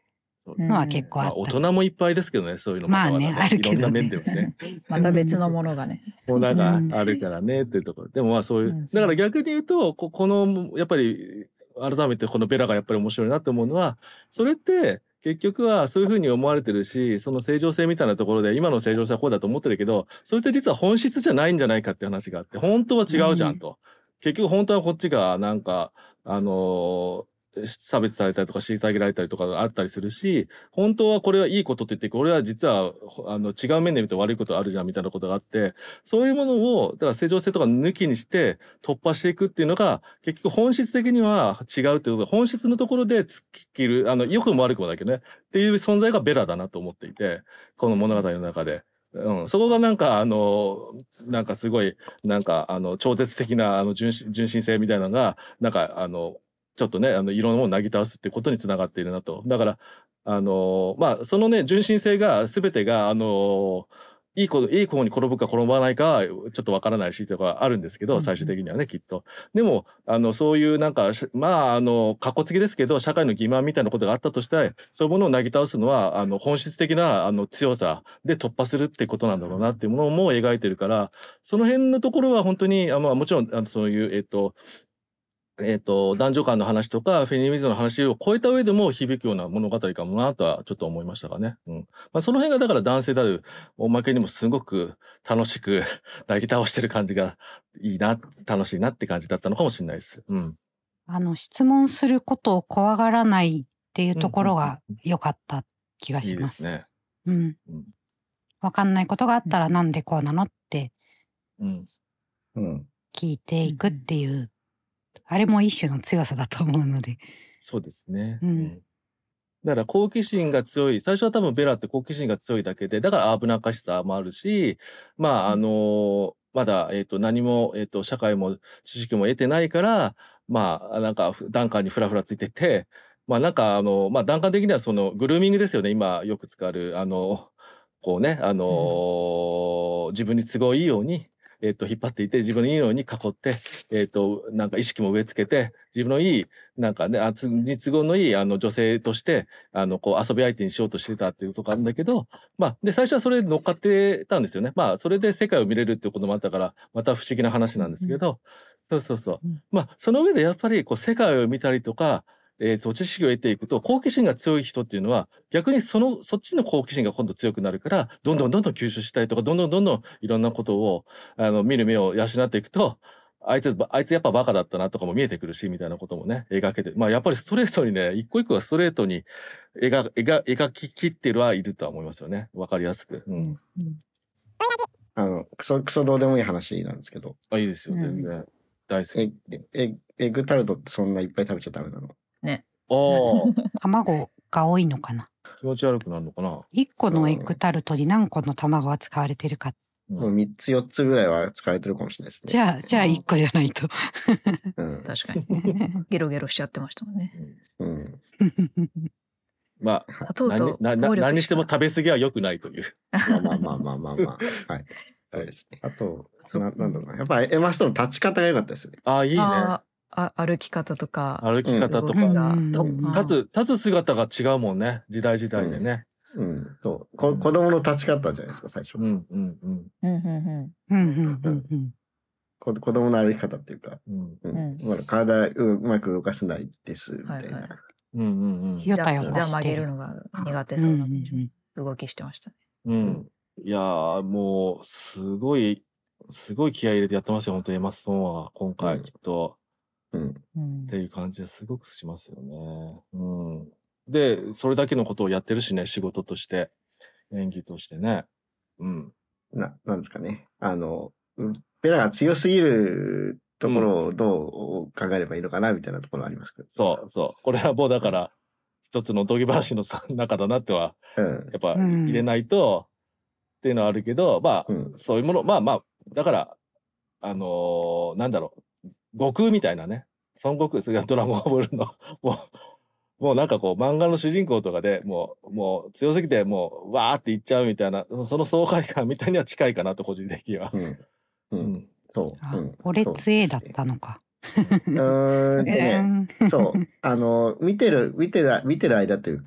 そううんのは結構あまあ、 った。 大人もいっぱいですけどね、そういうのまあねまだまだあるけどねいろんな面ではね。 また別のものがね。 もうなんうんかあるからねっていうところ。でもまあそういう、 うんだから逆に言うと、ここの、やっぱり、改めてこのベラがやっぱり面白いなと思うのは、それって結局はそういうふうに思われてるし、その正常性みたいなところで、今の正常性はこうだと思ってるけど、それって実は本質じゃないんじゃないかっていう話があって、本当は違うじゃんと。結局本当はこっちがなんか、あのー差別されたりとか虐げられたりとかがあったりするし、本当はこれはいいことって言って、これは実はあの違う面で見ると悪いことあるじゃんみたいなことがあって、そういうものを、だから正常性とか抜きにして突破していくっていうのが、結局本質的には違うっていうことで、本質のところで突っ切る、あの、良くも悪くもだけどね、っていう存在がベラだなと思っていて、この物語の中で。うん、そこがなんかあのなんかすごいなんかあの超絶的なあの純真純真性みたいなのがなんかあのちょっとねあのいろんなものをなぎ倒すっていうことにつながっているなと。だからあのまあそのね純真性が全てがあのいい子いい方に転ぶか転ばないかはちょっとわからないしとかあるんですけど、最終的にはねきっと。でもあのそういうなんかまああのかっこつきですけど社会の欺瞞みたいなことがあったとしてそういうものをなぎ倒すのはあの本質的なあの強さで突破するってことなんだろうなっていうものも描いてるから、その辺のところは本当にあ、まあ、もちろんあのそういうえっとえっと男女間の話とかフェミニズムの話を超えた上でも響くような物語かもなとはちょっと思いましたかね。うんまあ、その辺がだから男性であるおまけにもすごく楽しくなぎ倒してる感じがいいな楽しいなって感じだったのかもしれないです。うん、 あの質問することを怖がらないっていうところが良かった気がいいしま。 ですすね。 うんうん。 わかんないことがあったらなんでこうなのってうん。 うん。 聞いていくっていう、あれも一種の強さだと思うので。 そうですね。 うんうんだから好奇心が強い、最初は多分ベラって好奇心が強いだけで、だから危なっかしさもあるし、まあ、あのまだ、えっと、何も、えっと、社会も知識も得てないから、まあ、なんか、ふダンカーにフラフラついてて、まあ、なんか、あの、まあ、ダンカー的にはその、グルーミングですよね、今よく使われる、あの、こうね、あの自分に都合いいように、えっと、引っ張っていて、自分のいいように囲って、えっと、なんか意識も植え付けて、自分のいい、なんかね、あつに都合のいい、あの、女性として、あの、こう、遊び相手にしようとしてたっていうとこあるんだけど、まあ、で、最初はそれに乗っかってたんですよね。まあ、それで世界を見れるっていうこともあったから、また不思議な話なんですけど、そうそうそう。 うんまあ、その上でやっぱり、こう、世界を見たりとか、えっと、知識を得ていくと、好奇心が強い人っていうのは、逆にその、そっちの好奇心が今度強くなるから、どんどんどんどん吸収したいとか、どんどんどんどんいろんなことを、あの、見る目を養っていくと、あいつ、あいつやっぱバカだったなとかも見えてくるし、みたいなこともね、描けて、まあやっぱりストレートにね、一個一個がストレートに描、描、描ききってるはいるとは思いますよね。わかりやすく。うん。 あの、クソ、クソどうでもいい話なんですけど、 あ、いいですよ、全然。大好き。 え、え、エッグタルトってそんないっぱい食べちゃダメなの？ ね。 ああ、 卵が多いのかな。 気持ち悪くなるのかな。 いっこのエッグタルトに何個の卵が使われてるか。 うんもうみっつよっつぐらいは使われてるかもしれないですね。 じゃあ、じゃあいっこじゃないと。 うん。 確かに。ゲロゲロしちゃってましたもんね。 うんうん。 まあ、 砂糖と何なな暴力した何にしても食べ過ぎは良くないという。 まあまあまあまあまあまあ。はい。そうですね。あと、ななんだろうな。やっぱエマストの立ち方が良かったですよね。 ああ、いいね。 あーあ歩き方とか。 歩き方とか。 動きがうんうん立つ、立つ姿が違うもんね。時代時代でね。 うん。そう。こ子供の立ち方じゃないですか、最初。 うん、うん、うん。 うんうんううんうんうんうん。 こ子供の歩き方っていうか、 うん、 ううんん。まだ体ううまく動かせないです、みたいな。 はいはいうん、うん、うん。 よたよ膝たしてる。 膝曲げるのが苦手うんそうう。 ん動きしてましたね。 うん。いやー、もう、すごい、すごい気合い入れてやってますよ、本当にエマストーンは、今回、 うんきっと。 うん。 うんっていう感じはすごくしますよね。うん。で、それだけのことをやってるしね、仕事として、演技としてね。うん。 な、なんですかね。あの、うんベラが強すぎるところをどう考えればいいのかな、みたいなところありますけど。 そうそう。これはもうだから、一つのおとぎ話のさ中だなっては、 うん。 やっぱうん入れないと、っていうのはあるけど、まあ、 うんそういうもの、まあまあ、だから、あのーなんだろう、悟空みたいなね、孫悟空、それがドラゴンボールの、もう、もうなんかこう、漫画の主人公とかでもう、もう強すぎて、もう、わーっていっちゃうみたいな、その爽快感みたいには近いかなと、個人的には。 うん。う。 うんん。 そう。 あうん。 俺強えだったのか。 うーんとね、 うんそう。あの、見てる、見てる、見てる間というか、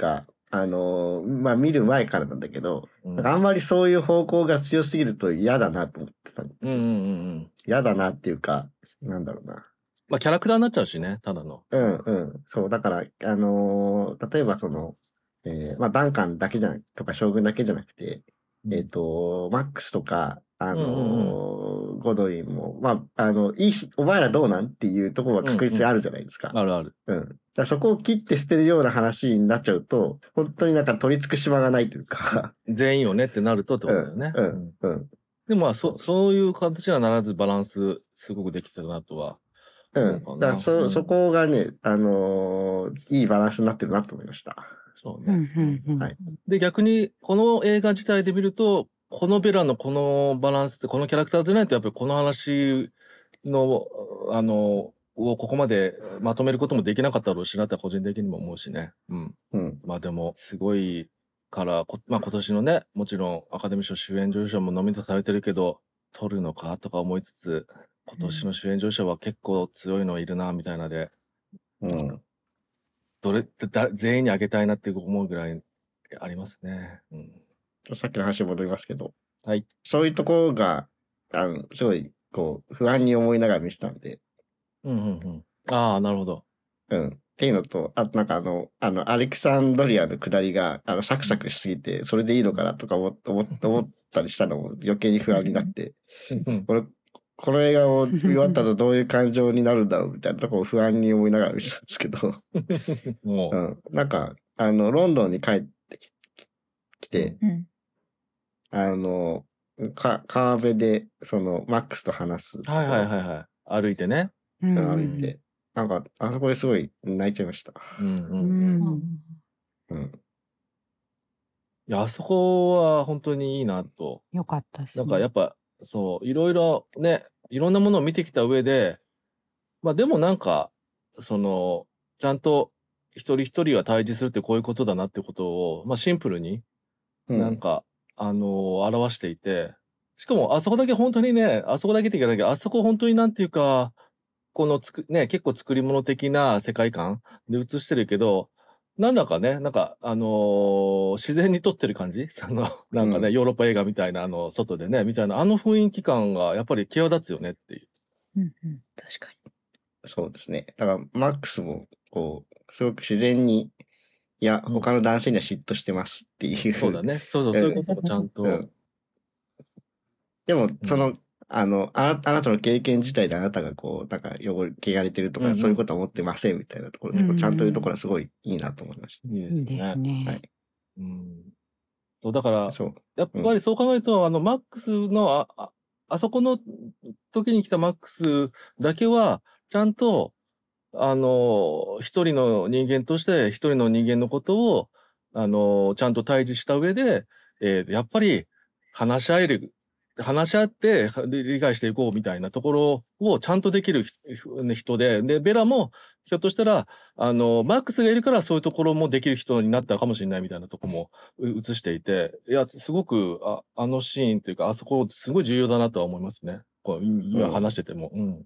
あのーまあ見る前からなんだけど、 うんなんかあんまりそういう方向が強すぎると嫌だなと思ってたんですよ。 うんうんうんうん。 嫌だなっていうか、なんだろうな。 まあキャラクターになっちゃうしね、ただの。 うんうん。そう、だから、あのー例えばその、えーまあダンカンだけじゃなくとか将軍だけじゃなくて、えっ、と、マックスとか、あのーうんうんゴドリンも、まあ、あの、いいひ、お前らどうなんっていうところは確実にあるじゃないですか。 あるある。 うん。だからそこを切って捨てるような話になっちゃうと、本当になんか取り付く島がないというか。 全員をねってなるとってことだよね。 うん、うん、うん。 でもまあそ、そういう形にはならずバランスすごくできてたなとはうん。 思うかな。 だからそ、 うんそこがね、あのーいいバランスになってるなと思いました。 そううんね。 うんうん。 はいで、逆に、この映画自体で見ると、このベラのこのバランスって、このキャラクターじゃないと、やっぱりこの話の、あの、をここまでまとめることもできなかったろうしなって個人的にも思うしね。うん。 うん。 まあでも、すごいから、こまあ今年のね、もちろんアカデミー賞主演女優賞もノミネートされてるけど、取るのかとか思いつつ、今年の主演女優賞は結構強いのいるな、みたいなで、 うん。 どれ、だ全員にあげたいなって思うぐらいありますね。うん。 さっきの話に戻りますけど、 はい。 そういうところが、あの、すごい、こう、不安に思いながら見てたんで、 うんうんうん。ああ、なるほど。 うん。っていうのと、あとなんかあの、あの、アレクサンドリアの下りが、あの、サクサクしすぎて、それでいいのかなとか思っ思っ思ったりしたのも余計に不安になって、 うんこれ、この映画を見終わった後どういう感情になるんだろうみたいなところを不安に思いながら見てたんですけど、 もう、 うん。なんか、あの、ロンドンに帰ってきて、 うん。 あの、か、川辺で、その、マックスと話すところ。 はいはいはいはい。歩いてね。 うん歩いて、なんか、あそこですごい泣いちゃいました。 うんう。 うんん。 うん。 いや、あそこは本当にいいなと。 よかったですね。 なんかやっぱ、そう、いろいろね、いろんなものを見てきた上で、まあでもなんか、その、ちゃんと一人一人が対峙するってこういうことだなってことを、まあシンプルにうんなんか、あのー表していて、しかもあそこだけ本当にね、あそこだけって言うけど、あそこ本当になんていうか、このつく、ね、結構作り物的な世界観で映してるけど、なんだかね、なんか、あのー自然に撮ってる感じその、なんかね、 うんヨーロッパ映画みたいな、あの、外でね、みたいな、あの雰囲気感がやっぱり際立つよねっていう。 うんうん。 確かそうですね。だから、マックスも、こう、すごく自然に、いや、 うん他の男性には嫉妬してますっていう。 そうだね。そうそう、そういうこともちゃんと。 うん。でも、その、あの、あなあなたの経験自体であなたがこう、なんか汚れ、汚れてるとか、 うんうんそういうことは思ってませんみたいなところで、 うんうんちゃんと言うところはすごいいいなと思いましいいですいいですね。 ね。 はいうん。そう、だからた。、そう。 やっぱりそう考えると、あの、マックスの、あ、あ、あそこの時に来たマックスだけは、ちゃんと、あの、一人の人間として、一人の人間のことを、あの、ちゃんと対峙した上で、えーやっぱり話し合える、話し合っては理理解していこうみたいなところをちゃんとできるひ人で、で、ベラもひょっとしたら、あの、マックスがいるからそういうところもできる人になったかもしれないみたいなところもう映していて、いや、すごく、あ、あのシーンというか、あそこすごい重要だなとは思いますね。こう今話してても。うん。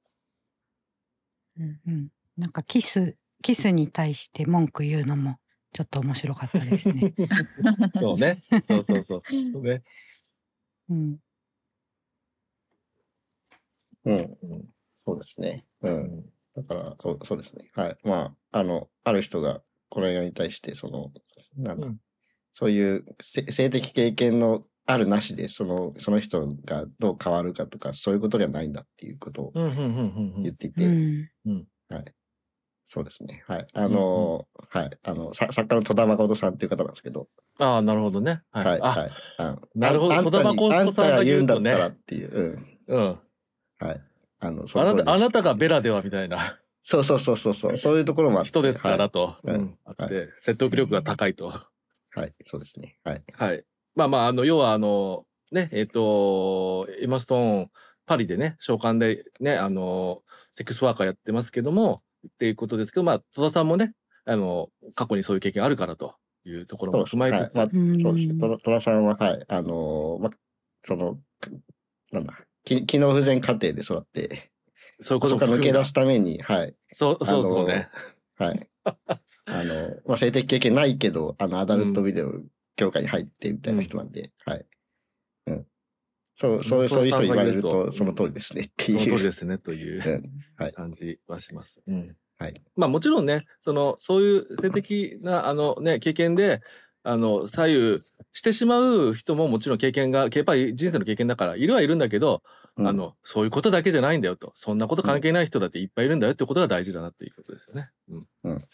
うんうん。なんかキス、キスに対して文句言うのもちょっと面白かったですね。 そうね。そうそうそうそう。ね。 うん。 うん。 うんそうですね。う。 うんんだから、そうそうですね。はい。まあ、あの、ある人がこの映画に対して、その、なんだ、 うんそういうせ性的経験のあるなしで、その、その人がどう変わるかとか、そういうことではないんだっていうことをうんうんうんうんうん言っていうて、 ん。 うんはい。そうですね。はい。あの、はい。あの、さ作家の戸田誠さんっていう方なんですけど、 ああ、なるほどね。はい。 はい。 あ、 はい。あのなるほどあん戸田誠あんさんがたが言うんだ言うとねったらっていう、うん。 うん。 はい。あの、そあなた、 の通りですあなたがベラではみたいなそうそうそうそうそう。そういうところもあって人ですからはい。 と。 はいうん。あはって、説得力が高いと。 はい。そうですね。はい。 はい。まあまあ、あの、要はあの、ね、えっと、エマストーン、パリでね、召喚でね、あの、セックスワーカーやってますけども、っていうことですけど、まあ、戸田さんもね、あの、過去にそういう経験あるからというところも踏まえつつ、 はい。まあ、そうですね。 うん戸田戸田さんは、はい。あのーまあ、その、なんだ、き機能不全家庭で育って、 そういうことそこから抜も含むんだけ出すために、はい。 そう、そうそうね。 はい。 あの、まあ、性的経験ないけど、あの、アダルトビデオ協会に入ってみたいな人なんで、はい。うん。そう、そう、そういう人言われると、その通りですねっていう。 その通りですねというんうはい。 感じはします。うん。 はい。 まあもちろんね、その、そういう性的な、あのね、経験で、あの、左右してしまう人ももちろん経験が、やっぱり人生の経験だから、いるはいるんだけど、 うんあの、そういうことだけじゃないんだよと。そんなこと関係ない人だっていっぱいいるんだよってことが大事だなっていうことですよね。うん。 うん。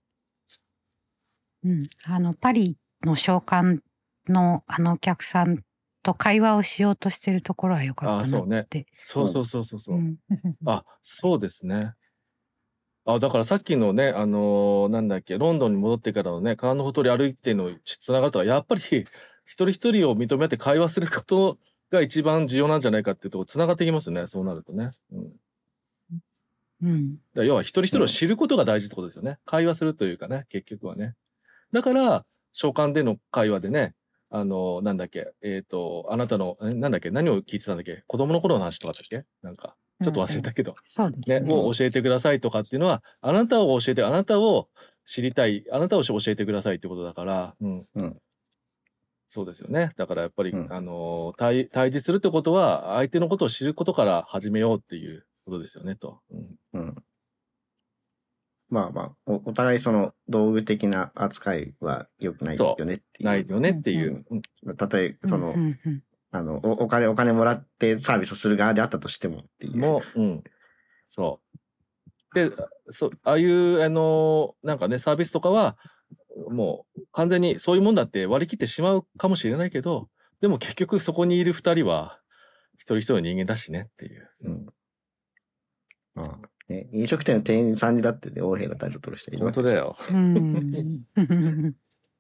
うん、あのパリの商館のあのお客さんと会話をしようとしてるところは良かああ、 ったなそうね。 って。 そうそうそうそうそうう。 んあ、そうですね。あ、だからさっきのね、あのーなんだっけ、ロンドンに戻ってからのね、川のほとり歩いてのつながるとか、やっぱり一人一人を認め合って会話することが一番重要なんじゃないかっていうところつながってきますね、そうなるとね。うん。だかうんら要は一人一人を知ることが大事ってことですよね。会話するというかね、結局はね。だから、召喚での会話でね、あのーなんだっけ、えっと、あなたの、えなんだっけ、何を聞いてたんだっけ、子供の頃の話とかだっけなんか、ちょっと忘れたけど。 そうですね、 ね。 を教えてくださいとかっていうのは、あなたを教えて、あなたを知りたい、あなたを教えてくださいってことだから、うん、 うん。 そうですよね。だからやっぱり、 うんあのー対、対峙するってことは、相手のことを知ることから始めようっていうことですよね、と。うん。 うん。まあまあ、お、お互いその道具的な扱いは良くないよねっていう。 ないよねっていう。うん。 例えば、その、 うんうんうんあのお、お金、お金もらってサービスをする側であったとしてもっていう。 もう、うん。そう。で、そう、ああいう、あのーなんかね、サービスとかは、もう完全にそういうもんだって割り切ってしまうかもしれないけど、でも結局そこにいる二人は、一人一人の人間だしねっていう。 うん。まあ、ね、飲食店の店員さんにだってね、横柄な態度取る人いるわけです。 本当だよ。 うん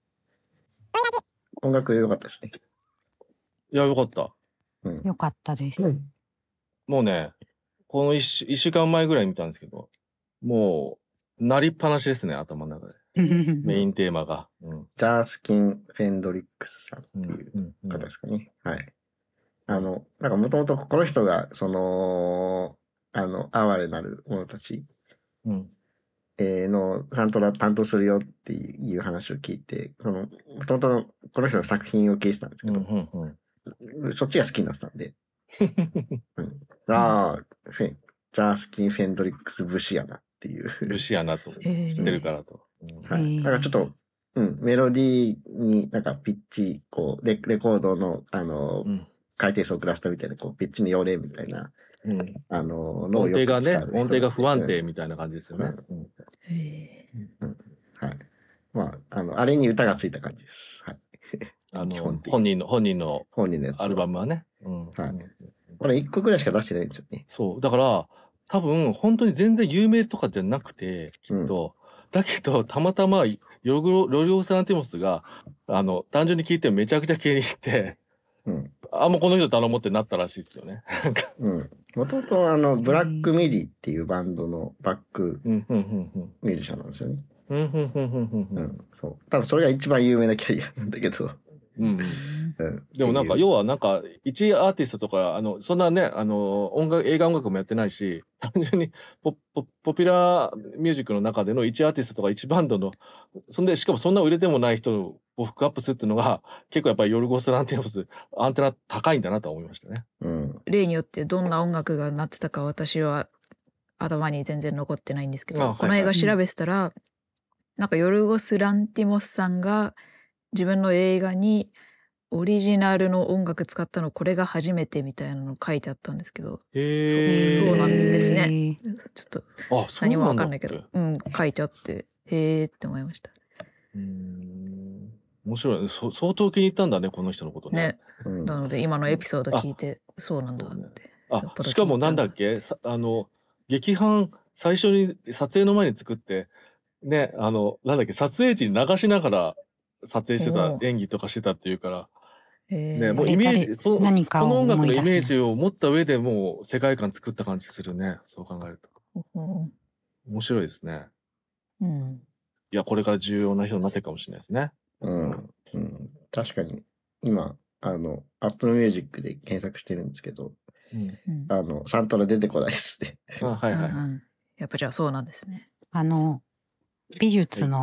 音楽良かったですね。 いや、よかった。 うん。 よかったです。 もうね、この一週、一週間前ぐらいに見たんですけど、もう、なりっぱなしですね、頭の中で。メインテーマが。うん。 ジャースキン・フェンドリックスさんっていううんうん方ですかね。はい。あの、なんかもともとこの人が、その、あの、哀れなる者たちうん。 えーのサントラ担当するよっていう話を聞いて、その、もともとのこの人の作品を聞いてたんですけうん。うど、 ん。うん。 そっちが好きになってたんで、うん、ああ、フェン、ジャースキン・フェンドリックス節やなっていう。 ルシアなと。 へー知ってるからと。うんはい。 へーなんかちょっと、うん、メロディーになんかピッチ、こう、レレコードの、あの、 うん。 回転数をクラスターみたいな、こう、ピッチによれみたいな、 うん。 あの、のを音程がね、 よく使う人なんで音程が不安定みたいな感じですよね。うんへはい。まあ、あの、あれに歌がついた感じです。はい。 あの基本、的に本人の、本人の本人のやつは。 アルバムはね。うん。 はいうんこれいっこぐらいしか出してないんですよね。 そう。だから、多分、本当に全然有名とかじゃなくて、きっと。だけど、たまたま、ヨグロ、ロリオ・サランティモスが、あの、単純に聞いてめちゃくちゃ気に入って、 うん。 あ、もうこの人頼もうってなったらしいですよね。なんか。 うん。もともとあの、ブラックミディっていうバンドのバックうん、うん、うん、うん。 ミュージシャンなんですよね。 うん、うん、うん、うん、 ううん。 ん。そう。多分それが一番有名なキャリアなんだけど。 うん。 うん。 でもなんか、 っていう要はなんか、一アーティストとか、あの、そんなね、あの、音楽、映画音楽もやってないし、単純にポ、ポ、ポピュラーミュージックの中での一アーティストとか一バンドの、そんで、しかもそんな売れてもない人をフックアップするっていうのが、結構やっぱりヨルゴス・ランティモス、アンテナ高いんだなと思いましたね。 うん。 例によってどんな音楽が鳴ってたか私は頭に全然残ってないんですけど、 あはいはいこの映画調べてたら、なんかヨルゴス・ランティモスさんが自分の映画にオリジナルの音楽使ったのこれが初めてみたいなの書いてあったんですけど、 へそうなんですねね。 ちょっとあ、そう何もなんだっけわかんないけど、うん、書いてあってへーって思いましたうーん。面白い。そ相当気に入ったんだね、この人のことね。 ね。 うん。 なので今のエピソード聞いてそうなんだって、 そうねよっあ、 ぽど気に入ったしかもなんだっけさあの、劇伴、最初に撮影の前に作って、ね、あの、なんだっけ、撮影地に流しながら撮影してたおー演技とかしてたっていうから、 へーね、もうあれイメージ、 誰そ何かをこの音楽の思い出すイメージを持った上でもう世界観作った感じするね。そう考えると。 うん面白いですね。 うんいや、これから重要な人になってるかもしれないですね。 うん。うん。確かに、今、あの、Apple Music で検索してるんですけど、 うん。 うんあの、サントラ出てこないですね。 あ、はいはい。 うんうんやっぱじゃあそうなんですね。 あの美術の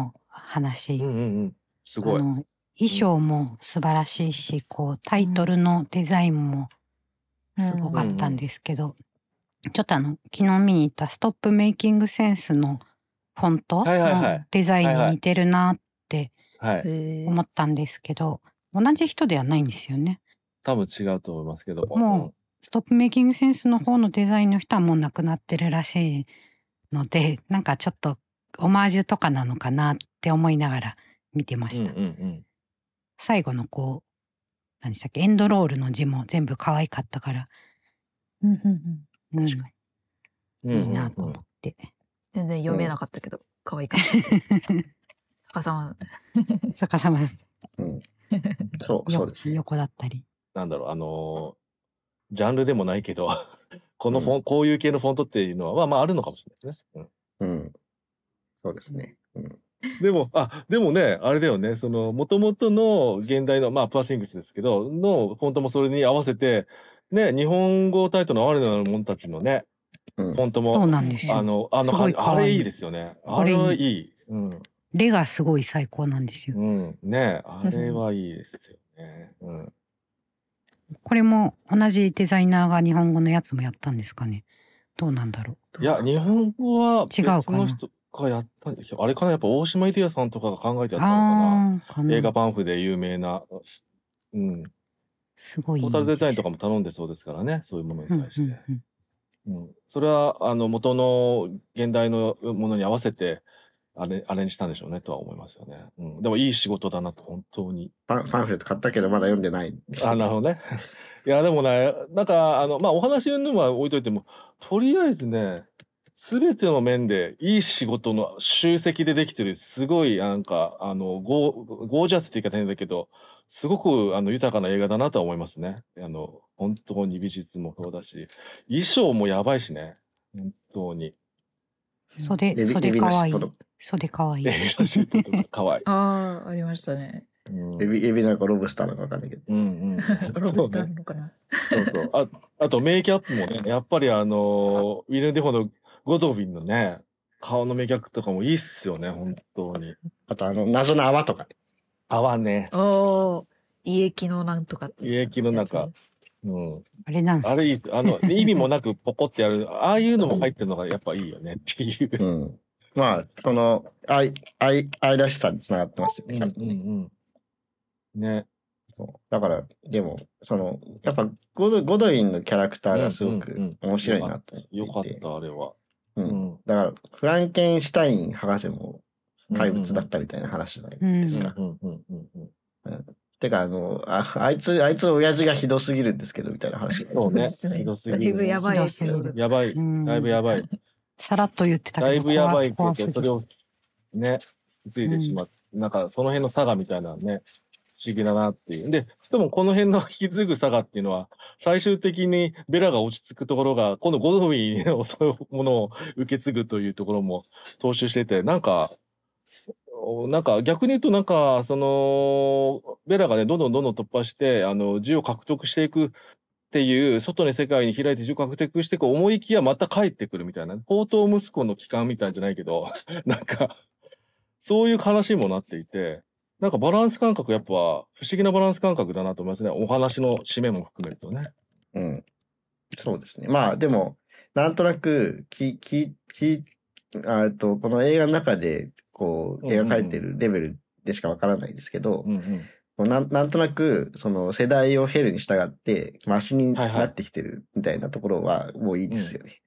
話。 うんうんうん。すごい。 あの衣装も素晴らしいし、こうタイトルのデザインもすごかったんですけど、ちょっとあの昨日見に行ったストップメイキングセンスのフォントはいはいはのい。 デザインに似てるなってはい。 へ思ったんですけど、同じ人ではないんですよね。 多分違うと思いますけど。 もうストップメイキングセンスの方のデザインの人はもう亡くなってるらしいので、なんかちょっとオマージュとかなのかなって思いながら見てました。 うんうんうん最後のこう何でしたっけ、エンドロールの字も全部可愛かったから、 うんうんうん、 うん、 確かにうんうんうん。 いいなと思って。 全然読めなかったけど、可愛かった逆さま逆さまうん。そう、そうですね。 横だったり。 なんだろう、あのージャンルでもないけど、このフォン、 うんこういう系のフォントっていうのは、まあまああるのかもしれないですね。うんうん。そうですね。うん。 でも、あ、でもね、あれだよね、その、もともとの現代の、まあ、プアシングスですけど、のフォントもそれに合わせて、ね、日本語タイトルの哀れなる者たちのね、 うんフォントそうも、 なんですよ。 あの、あの、 すごいは可愛いあれいいですよね。 これいいあれはいい。うん。 レがすごい最高なんですよ。 うん。ね、あれはいいですよね。うん。 これも同じデザイナーが日本語のやつもやったんですかね。どうなんだろいや、日本語は別違うかなの人がやったんで、あれかな、やっぱ大島イデアさんとかが考えてう。 やったのかな。 ああ、かな。 映画パンフで有名な、うん。 すごいいいポータルデザインとかも。 も頼んでそうですからね、そういうものにうん対して。 うんうんうん、それはあの元の現代のものに合わせてアレアレンジしたんでしょうねとは思いますよね。うん、でもいい仕事だなと本当に。 パンパンフレット買ったけどまだ読んでない。 あ、なるほどね。いやでもね、なんかあのまあお話云々は置いといても、とりあえずね、すべての面でいい仕事の集積でできてる、すごいなんかあのゴーゴージャスって言い方変だけど、すごくあの豊かな映画だなとは思いますね。あの本当に美術もそうだし、衣装もやばいしね。本当に。 袖、 エビ袖エビかわいいの尻尾と。 袖かわいい。 エビの尻尾とかかわいい。 ああ、ありましたね。 うんエビ、エビなんかロブスターなのかわかんないけど。 うんうん。 ロブスターそうね。 なのかな。 そうそう。あ、あとメイキャップもね、やっぱりあのウィル・デフォのゴドウィンのね、顔のメイキャップとかもいいっすよね、本当に。 あとあの謎の泡とか。 泡ね。 おお、胃液のなんとかって胃液の中やつ。 うん。 あれなんですか。 あれいいっす。あの、意味もなくポコってやる。ああいうのも入ってるのがやっぱいいよねっていう。 うん。まあ、この愛、愛、愛らしさにつながってますよね、ちゃんとね。 うんうん。ね。 そうだから、でも、その、やっぱゴド、ゴドウィンのキャラクターがすごくうんうんうん面白いなと思っていて。 よかった、あれは。 う。 うんん。 だから、フランケンシュタイン博士も怪物だっったみたいな話じゃないですか。 うんうんうんうん。 てか、あの、ああいつ、あいつの親父がひどすぎるんですけど、みたいな話。 そうね。 ですねひどすだいぎるね。 ぶやばいエピソード。 やばい。 うんだいぶやばい。 さらっと言ってたけど。 だいぶやばい怖すぎる。 けど、それをね、引き継いでしまって、なんかその辺の差がみたいなね、不思議だなっていう。で、しかもこの辺の引き継ぐ差がっていうのは、最終的にベラが落ち着くところが、今度ゴドウィンのそういうものを受け継ぐというところも踏襲してて、なんか、おなんか逆に言うとなんか、その、ベラがね、どんどんどんどん突破して、あの、銃を獲得していくっていう、外に世界に開いて銃を獲得していく思いきやまた帰ってくるみたいな、宝刀息子の帰還みたいじゃないけど、なんか、そういう話にもなっていて、なんかバランス感覚やっぱ不思議なバランス感覚だなと思いますね。お話の締めも含めるとね。 うん。そうですね。まあ、でも、なんとなく、き、き、き、あと、この映画の中で、こう、 うんうんうん描かれてるレベルでしかわからないですけど、 うんうん。 こうなんなんとなく、その世代を経るに従って、マシにはいはいなってきてるみたいなところは、もういいですよね。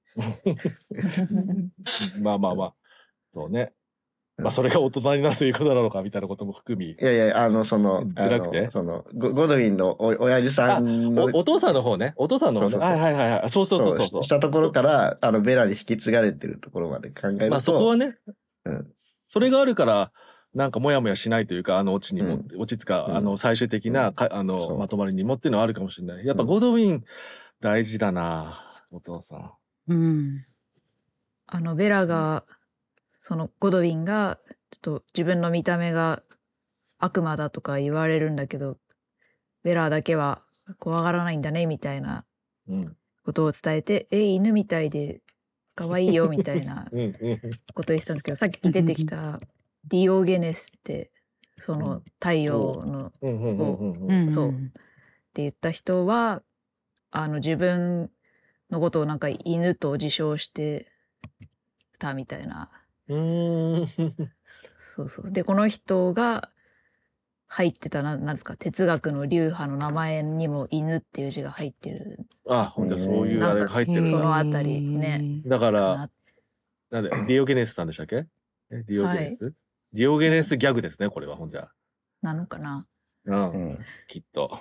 まあまあまあ、そうね。 うんまあそれが大人になるということなのかみたいなことも含み。 いやいや、あの、その、 じゃなくてあのその、ゴゴドウィンのお親父さんの、 おお父さんの方ね。お父さんの方ね。 そうそうそうはいはいはいはい。そうそうそうそうそう。 したところから、あの、ベラに引き継がれてるところまで考えると、 まあそこはね、 うん、 それがあるから、なんかモヤモヤしないというか、あのオチにも、 うん落ち着か、 うんあの最終的な、かあその、 うまとまりにもっていうのはあるかもしれない。やっぱうんゴードウィン大事だな、お父さん。 うん。 あのベラが、そのゴドウィンがちょっと自分の見た目が悪魔だとか言われるんだけど、ベラだけは怖がらないんだねみたいなうん。 ことを伝えて、え犬みたいで可愛いよみたいなうんうん。 ことを言ってたんですけど、さっき出てきたディオゲネスってその太陽の、 うんうんうんうんううんんそうって言った人はあの自分のことをなんか犬と自称してたみたいな。 うーんそうそう。でこの人が入ってたな、なんですか、哲学の流派の名前にも犬っていう字が入ってる。 あ、ほんじゃそういうあれが入ってるんだ。 そのあたりねだから、 ななんで、ディオゲネスさんでしたっけ？えディオゲネス、ディオゲネスギャグですね、これは、ほんじゃ。 なのかな。 うん、 うん。 きっと。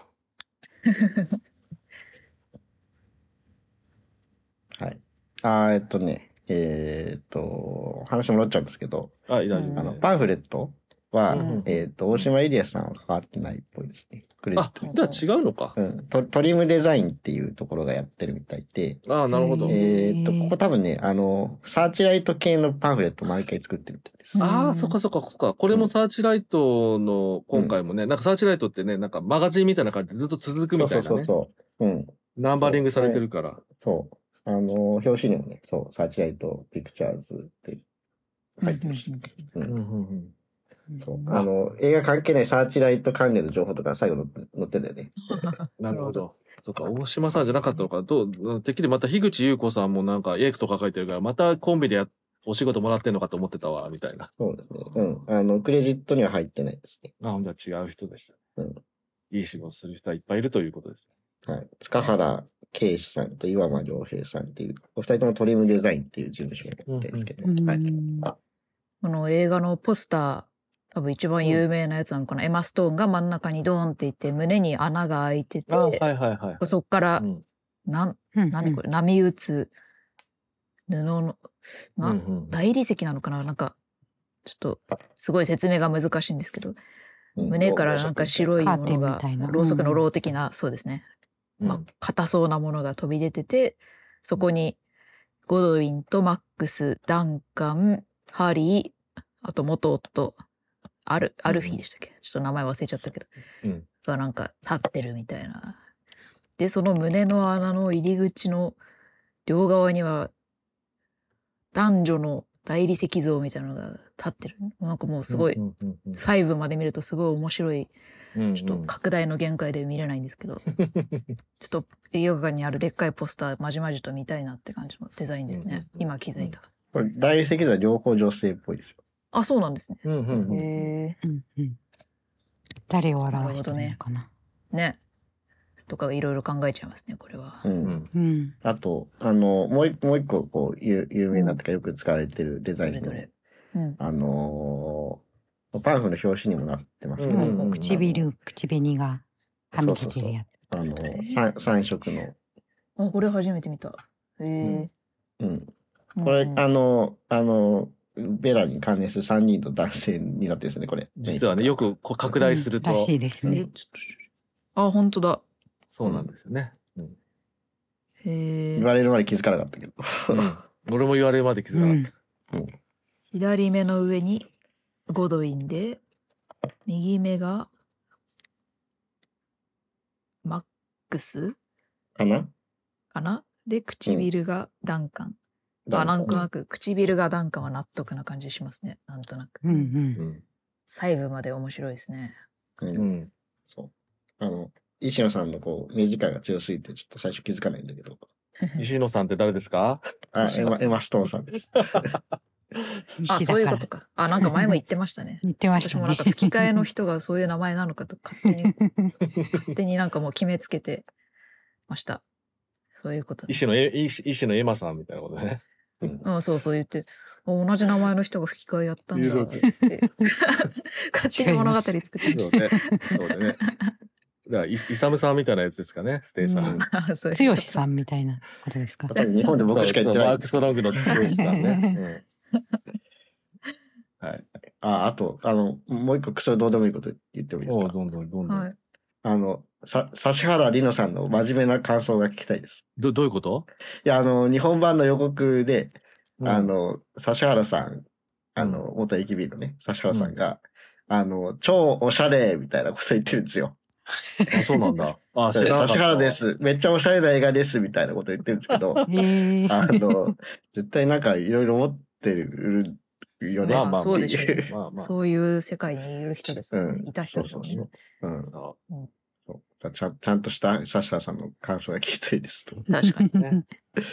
はい。あーえっとね、えーっと、話戻っちゃうんですけど、 あ、大丈夫うんあの、 です。 パンフレットは、 うんうんえーっと、大島エリアさんは関わってないっぽいですね。クレジッあ、 トに。 じゃあ違うのか。 うん。トトリムデザインっていうところがやってるみたいで、 ああ、なるほど。 えーっと、ここ多分ね、あの、サーチライト系のパンフレット毎回作ってるみたいです。 ああ、そっかそっかそっか。これもサーチライトの、今回もね、なんかサーチライトってね、なんかマガジンみたいな感じでずっと続くみたいなね。 そうそうそうそう。うん。 ナンバリングされてるから。 そう。あの、表紙にもね、そう、サーチライトピクチャーズって入ってるし。う。 うんんうんうんそう。あの、映画関係ないサーチライト関連の情報とか最後載って載ってんだよね。 なるほど。そっか、大島さんじゃなかったのか。どう、てっきりまた樋口優子さんもなんかエイクとか書いてるから、またコンビでや、お仕事もらってんのかと思ってたわ、みたいな。 そうですね。うん。あの、クレジットには入ってないですね。 あ、ほんじゃ違う人でした。 うん。 いい仕事する人はいっぱいいるということです。 はい。塚原圭史さんと岩間良平さんっていう、お二人ともトリムデザインっていう事務所をやってるんですけど、 うんはい。 この映画のポスター、多分一番有名なやつなのかな、エマ・ストーンが真ん中にドーンっていって胸に穴が開いてて、 あ、はいはいはい。 そっから、 うんなんうん何これ波打つ布のな、 うんうん大理石なのかな、なんかちょっとすごい説明が難しいんですけど、 うん胸からなんか白いものカーテンがみたいなろうそくのろう的な、そうですね、 うんまあ硬そうなものが飛び出てて、そこにゴドウィンとマックス、ダンカン、ハリー、あと元夫アルアルフィーでしたっけ、ちょっと名前忘れちゃったけど、 うんがなんか立ってるみたいな。でその胸の穴の入り口の両側には男女の大理石像みたいなのが立ってる。なんかもうすごい、 うんうんうん細部まで見るとすごい面白い、 うんちょっと拡大の限界で見れないんですけど、ちょっと映画館にあるでっかいポスターまじまじと見たいなって感じのデザインですね。 うん今気づいた。 これ、大理石図は両方女性っぽいですよ。 あ、そうなんですね。 うんうんうんへうんうん誰を表してるのかな。 え。ね。とかいろいろ考えちゃいますね、これは。 う。 うんんうんあと、あの、もう一もう一個、こう、有有名なとかよく使われてるデザインの、 どれどれうん。 あのーパンフの表紙にもなってますけど、 うんうんうん唇、口紅がはみ出てるやつ。 あの、三三色の、 あ、これ初めて見た。へえ。 うん。これ、 うんあの、あの、ベラに関連するさんにんの男性になってるんですよね、これ。 実はね、よくこう拡大すると、 らしいですえ、 ね。 ちょっと。あ、本当だ。 そうなんですよね。うんへえ言。われるまで気づかなかったけど。 うん俺も言われるまで気づかなかった。 左目の上にゴドウィンで、右目がマックスかなかな。で、唇がダンカン。あ、 ダンカンなんとなく唇がダンカンは納得な感じしますね。なんとなく。 うんうんうん細部まで面白いですね。 うんうんそう。あの、石野さんのこう、目力が強すぎて、ちょっと最初気づかないんだけど。 石野さんって誰ですか？ あ、 石野さんエマエマストーンさんです。 あ、 石そういうだからことか。あ、なんか前も言ってましたね。 言ってましたね私もなんか。吹き替えの人がそういう名前なのかと勝手に、勝手になんかもう決めつけてました。そういうことね。 石野え石石野エマさんみたいなことね。 うん、そうそう言って、あ同じ名前の人が吹き替えやったんだ言うって。勝手に物語作ってました。 そうね。そうだね。だからイイサムさんみたいなやつですかね、ステイさん。 うんあそういうこと強しさんみたいなことですか。 多分日本で僕しか言ってないそうマーク・。ストロングの強しさんね。うんはい。 あ、あと、あの、もう一個クソどうでもいいこと言ってもいいですか？ おうどんどんどんどん。 はい。 あの、さ、指原莉乃さんの真面目な感想が聞きたいです。 どどういうこと？ いや、あの、日本版の予告で、 うんあの、指原さん、あの、元エキビーのね、指原さんが、あの、超おしゃれみたいなこと言ってるんですよ。 あ、そうなんだ。あ、知指らなかった。 原で。す。めっちゃおしゃれな映画ですみたいなこと言ってるんですけど、 えーあの、絶対なんかいろいろ持ってるよね。 まあまあそうでしょうっていまあまあ。 そういう世界にいる人ですよね。 うんいた人ですもんね。 そうそううん。 そそうちゃんちゃんとしたサシャさんの感想が聞きたいですと。 確かに。 うね。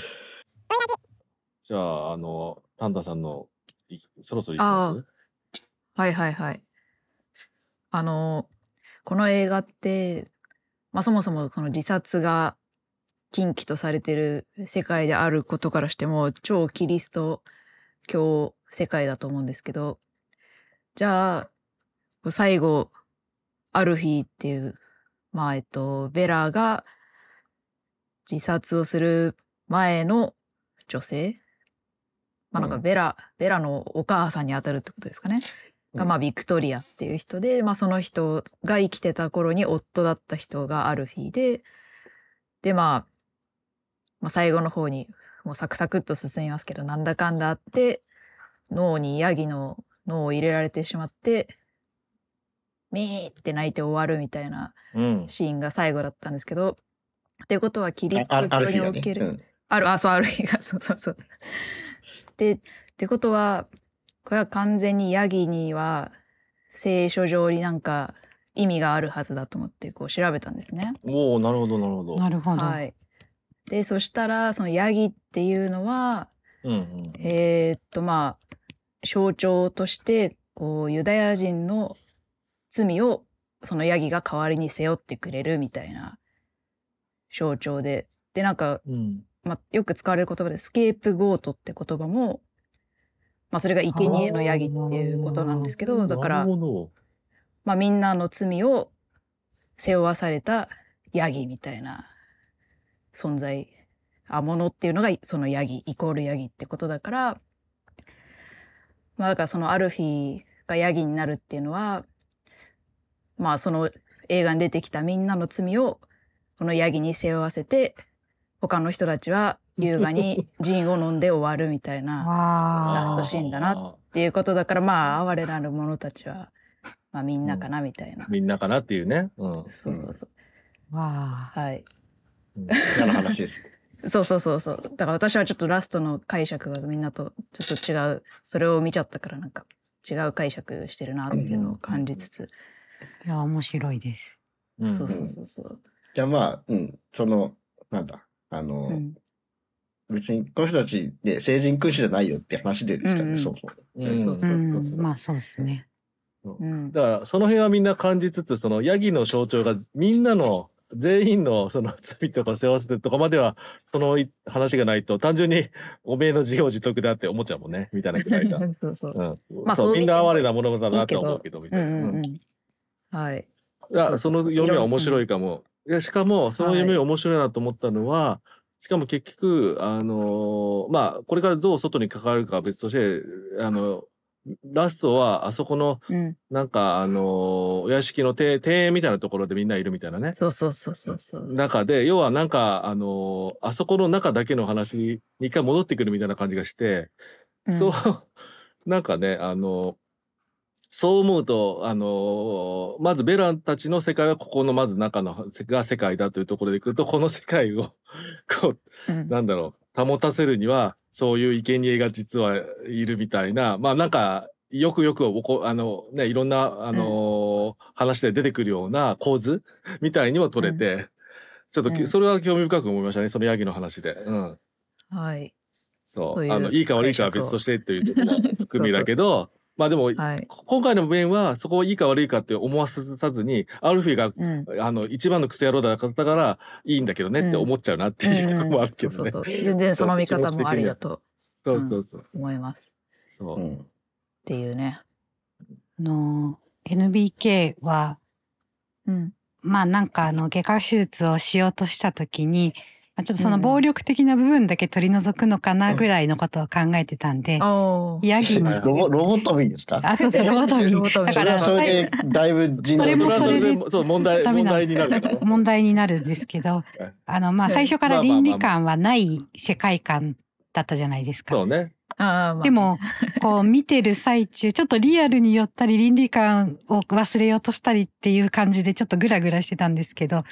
じゃあ、あの、タンタさんの、いそろそろ行きますはいはいはい。あの、この映画って、まあそもそもその自殺が禁忌とされてる世界であることからしても、超キリスト教世界だと思うんですけど、じゃあ、最後、アルフィーっていう、まあえっと、ベラが自殺をする前の女性、まあなんかうんベラ、ベラのお母さんに当たるってことですかね。が、まあビクトリアっていう人で、まあその人が生きてた頃に夫だった人がアルフィーで、でまあ、まあ最後の方にもうサクサクっと進みますけど、なんだかんだあって、脳にヤギの脳を入れられてしまって、ミーって泣いて終わるみたいなうん。 シーンが最後だったんですけど、ってことはキリスああト教ある日がね。 における、 うんある、あ、そう、ある日が、そうそうそう。で、ってことは、これは完全にヤギには聖書上になんか意味があるはずだと思ってこう調べたんですね。 おお、なるほど、なるほど。 なるほど。 はい。で、そしたら、そのヤギっていうのは、 うんうん。 えーっと、まあ、象徴として、こう、ユダヤ人の罪をそのヤギが代わりに背負ってくれるみたいな象徴で、で、なんか、 うん。 まあ、よく使われる言葉でスケープゴートって言葉も、まあ、それが生贄のヤギっていうことなんですけど、だからなる、ほど。 まあ、みんなの罪を背負わされたヤギみたいな存在、あ、ものっていうのがそのヤギ、イコールヤギってことだから、まあだからそのアルフィーがヤギになるっていうのは、まあその映画に出てきたみんなの罪をこのヤギに背負わせて、他の人たちは優雅にジンを飲んで終わるみたいなわラストシーンだなっていうことだから、まあ哀れなる者たちは、まあみんなかなみたいな。 みんなかなっていうね。うん。 そうそうそう。 あ。わあ。 はい。 うん嫌な話です。 そうそうそうそう。だから私はちょっとラストの解釈がみんなとちょっと違う。それを見ちゃったからなんか違う解釈してるなっていうのを感じつつ。 いや、面白いです。 うんそうそうそうそう。 じゃあまあ、うん、その、なんだ、あの、 うん。 別にこの人たちで成人君主じゃないよって話でですからね、 うんうんそうそう。 うんそうそううんそう。 まあそうですね。 うん。 だから、その辺はみんな感じつつ、そのヤギの象徴がみんなの、全員のその罪とか背負わせてとかまでは、そのい話がないと、単純におめえの自業自得だって思っちゃうもんね、みたいなぐらいだ。 そうそう。 うん。 まあそう、みんなそう見ても哀れなものだなとは思うけど、みたいな。 うんうんうんうん。はい。 いや、その読みは面白いかも。いや、しかも、その読みが面白いなと思ったのは、しかも結局、あのーまあ、これからどう外に関わるかは別として、あの、ラストは、あそこの、 うん。 なんか、あのーお屋敷の庭庭園みたいなところでみんないるみたいなね。 そうそうそうそうそう。 中で、要はなんか、あのーあそこの中だけの話に一回戻ってくるみたいな感じがして、 うんそう、なんかね、あのそう思うと、あのーまずベラたちの世界はここのまず中のが世界だというところでいくと、この世界をこう、 うんなんだろう、保たせるには、そういう生贄が実はいるみたいな、まあなんか、よくよくおこ、あのね、いろんな、あのー話で出てくるような構図みたいにも取れて、ちょっとき、 うんそれは興味深く思いましたね、そのヤギの話で。うん。 はい。 そう。 というあの、いいか悪いかは別としてっていうところも含みだけど、まあでも、 はい。 今回の面はそこをいいか悪いかって思わさずに、アルフィーが、 うん。 あの、一番のクソ野郎だったからいいんだけどねって思っちゃうなっていうところもあるけどね。 そうそうそう。全然その見方もありだとそうそうそう。 思います。 そうう。 ん。 っていうね。 あの、エヌビーケー は、 うん。 まあなんかあの外科手術をしようとした時に、まあちょっとその暴力的な部分だけ取り除くのかなぐらいのことを考えてたんで、 おー。 ヤギに。 ロボ、ロボトミーですか？ あ、そうそう、ロボトミー。 ロボトミーそれはだから、 それで、だいぶ人道それもそれはそれそれで、そう、問題、問ダメなの題になるから。 問題になるんですけど、あの、まあ最初から倫理観はない世界観だったじゃないですか。 そうね。 あーまあでも、こう見てる最中、ちょっとリアルに寄ったり、倫理観を忘れようとしたりっていう感じでちょっとグラグラしてたんですけど、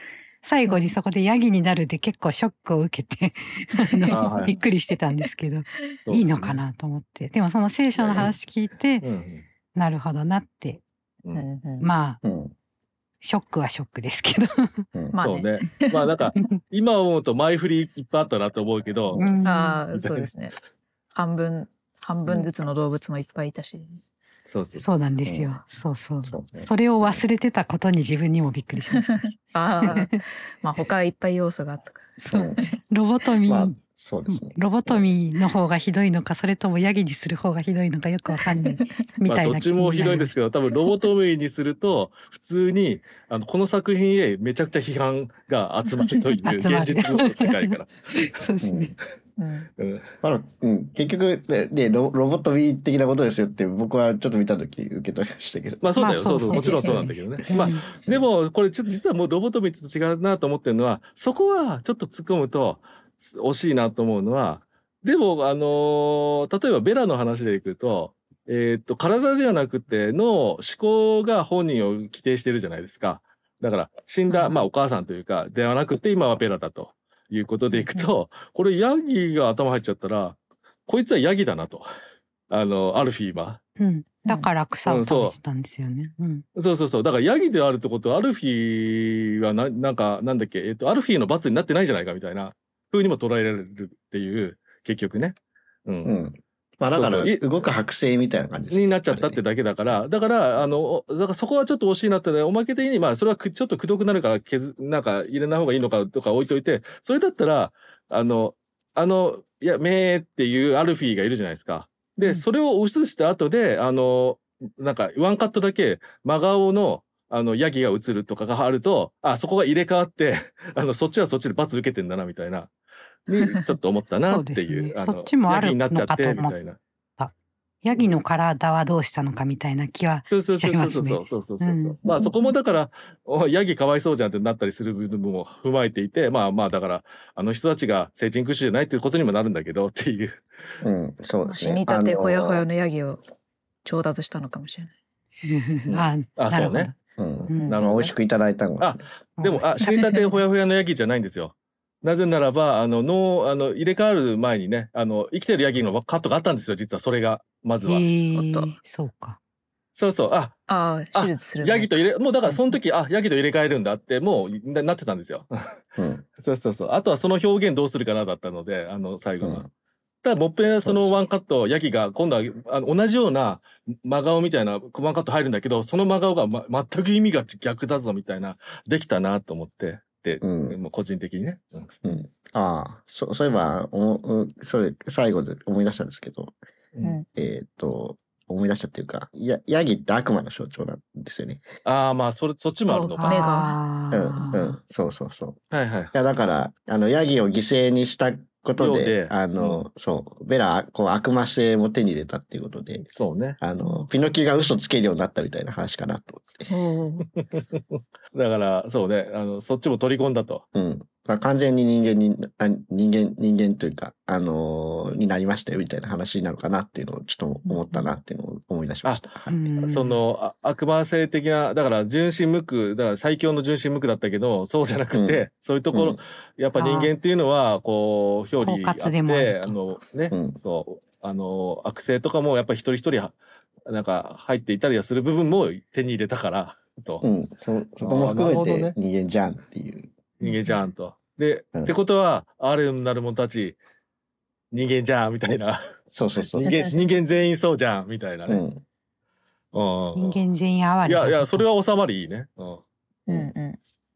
最後にそこでヤギになるで結構ショックを受けてあのあはいびっくりしてたんですけど、 そういいのかなと思って。でもその聖書の話聞いて、 うんうんなるほどなって、 ううんんうんまあ、 うん。 ショックはショックですけど。 うん。 まあそうね。 ね。まあなんか、今思うと前振りいっぱいあったなと思うけど、 うんああ、 みたいなそうですね。半分、半分ずつの動物もいっぱいいたし。 そうそうそうなんですうんよ。そうそう。 そうね。 それを忘れてたことに自分にもびっくりしましたし。 ああ、まあ他いっぱい要素があったから。 そうう。ロボトミー、 まあ、そうですね。 ロボトミーの方がひどいのか、それともヤギにする方がひどいのかよくわかんないみまあたいなどっちもひどいんですけど、多分ロボトミーにすると、普通に、あの、この作品へめちゃくちゃ批判が集まるという集まる現実の世界から。 そうですね。 うん。 うんまあ、うん、結局、ね、ねロロボットミー的なことですよって僕はちょっと見たとき受け取りましたけど。 まあそうだよ、 まあそうそうそう、もちろんそうなんだけどね。まあ、 うんでも、これちょっと実はもうロボトミーと違うなと思ってるのは、そこはちょっと突っ込むと惜しいなと思うのは、でも、あのー例えばベラの話でいくと、えーっと、体ではなくて脳、思考が本人を規定してるじゃないですか。だから、死んだ、 うんまあお母さんというか、ではなくて今はベラだということでいくと、これヤギが頭入っちゃったら、こいつはヤギだなと。あの、アルフィーは。 うん。だから草を食べてたんですよね。うん。 そうそうそう。だからヤギであるってことは、アルフィーはな、なんか、なんだっけ、えっと、アルフィーの罰になってないんじゃないかみたいな風にも捉えられるっていう、結局ね。う。 うんん。まあだから、 そうそうい動く剥製みたいな感じです。 になっちゃったってだけだから、だから、あの、だからそこはちょっと惜しいなってね、おまけ的に、まあ、それはくちょっとくどくなるから、削、なんか入れない方がいいのかとか置いといて、それだったら、あの、あの、いや、めーっていうアルフィーがいるじゃないですか。で、 うんそれを映した後で、あの、なんか、ワンカットだけ、真顔の、あの、ヤギが映るとかがあると、あ、そこが入れ替わって、あの、そっちはそっちで罰受けてんだな、みたいな、に、ちょっと思ったなっていう、 そうですねあそっちもあるヤギになっちゃって、 のかと思っみたいな。 ヤギの体はどうしたのかみたいな気はそうそうしちそうそうゃいますね。 そうそうそうそう。 うんまあそこもだから、おヤギかわいそうじゃんってなったりする部分も踏まえていて、まあまあだから、あの人たちが聖人君主じゃないっていうことにもなるんだけどっていう。 うん、そうですね。 死にたてほやほやあのヤギを調達したのかもしれない。 ああなるほど。 そうねのうん。 うんなるほどね美味しくいただいたのが。 でも、あ、死にたてほやほやのヤギじゃないんですよ。なぜならば、あの、脳、あの、入れ替わる前にね、あの、生きてるヤギのカットがあったんですよ、実はそれが、まずは。 へあえっそうか。 そうそう、あ、 ああ、手術する前ヤギと入れ、もうだからその時、あ、ヤギと入れ替えるんだって、もうななってたんですよ。 うん。 そうそうそう。あとはその表現どうするかなだったので、あの、最後の。 うんただ、もっぺんそのワンカット、ヤギが、今度はあの同じような真顔みたいなワンカット入るんだけど、その真顔が、ま、全く意味が逆だぞみたいな、できたなと思って、で、 うんもう個人的にね。うんうん。ああ、そそういえば、おうんそれ、最後で思い出したんですけど、 うんえっと、思い出したっていうか、や、ヤギって悪魔の象徴なんですよね。 ああ、まあ、それ、そっちもあるのか。 目がうん、 あーうん、そうそうそう。 はいはい。 いや、だから、あの、ヤギを犠牲にしたことで、 ようであの、そう、ベラ、こう、悪魔性も手に入れたっていうことで、 そうね。 あの、ピノキオが嘘つけるようになったみたいな話かなと思って。 おーだから、そうね、あの、そっちも取り込んだと。 うん。まあ完全に人間に、あ人間、人間というか、あのーになりましたよみたいな話なのかなっていうのをちょっと思ったなっていうのを思い出しました。はい。 うんその、あ悪魔性的な、だから、純真無垢、だから最強の純真無垢だったけど、そうじゃなくて、 うんそういうところ、 うんやっぱ人間っていうのは、こう、表裏あっ狡猾でもあるて、 とあの、ね、 うんそう、あの、悪性とかも、やっぱり一人一人は、なんか、入っていたりはする部分も手に入れたから、と。 うん。そ、そこも含めあーなるほどねて人間じゃんっていう。 人間じゃんと。で、 うんってことは、あれなる者たち、人間じゃんみたいな。 そうそうそう。 人間、人間全員そうじゃんみたいなね。 うん。 うん人間全員哀れだぞといやいや、それは収まりいいね。うん。 うんう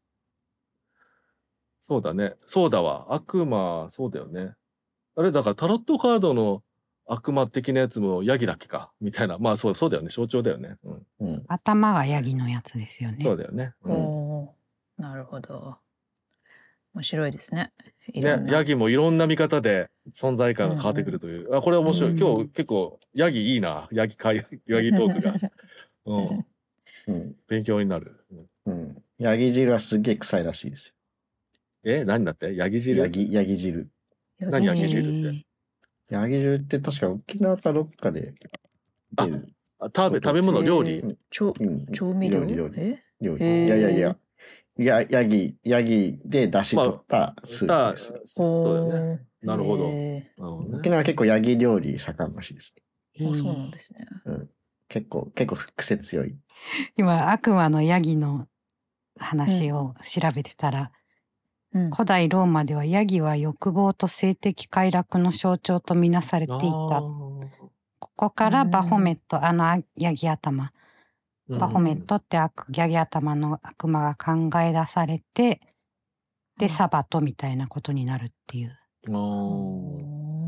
そうだね。そうだわ。悪魔、そうだよね。あれ、だからタロットカードの悪魔的なやつもヤギだっけかみたいな。まあそう、そうだよね。象徴だよね。うん。 うん。 頭がヤギのやつですよね。 そうだよね。 ん。 うん。 おーなるほど。面白いですね。いねろん、なヤギもいろんな見方で存在感が変わってくるという。あ、これ面白い。 うん今日結構、ヤギいいな。ヤギ会、ヤギトークが。うん。 うん。 勉強になる。うんうん。ヤギ汁はすっげえ臭いらしいですえ、何だってヤギよ。 汁ヤギ、ヤギ汁。 何ヤギへ汁ってーヤギ汁って確か沖縄かどっかで出る。 あ食べ、食べ物、料理。 調うん。 調味料料理、料理。 え料理。 へーいやいやいや。 やヤギヤギで出汁取ったスープです。 あそうだよね。 おーなるほど。 へなるほどね沖縄は結構ヤギ料理盛んらしいですね。 ーあ、そうなんですね。 うん、結構結構癖強い。 今悪魔のヤギの話を調べてたら、 うん。 古代ローマではヤギは欲望と性的快楽の象徴とみなされていあた。 ーここからバホメット、あのあヤギ頭、バホメットって悪ヤギ頭の悪魔が考え出されて、で、 うんサバトみたいなことになるっていう、 あー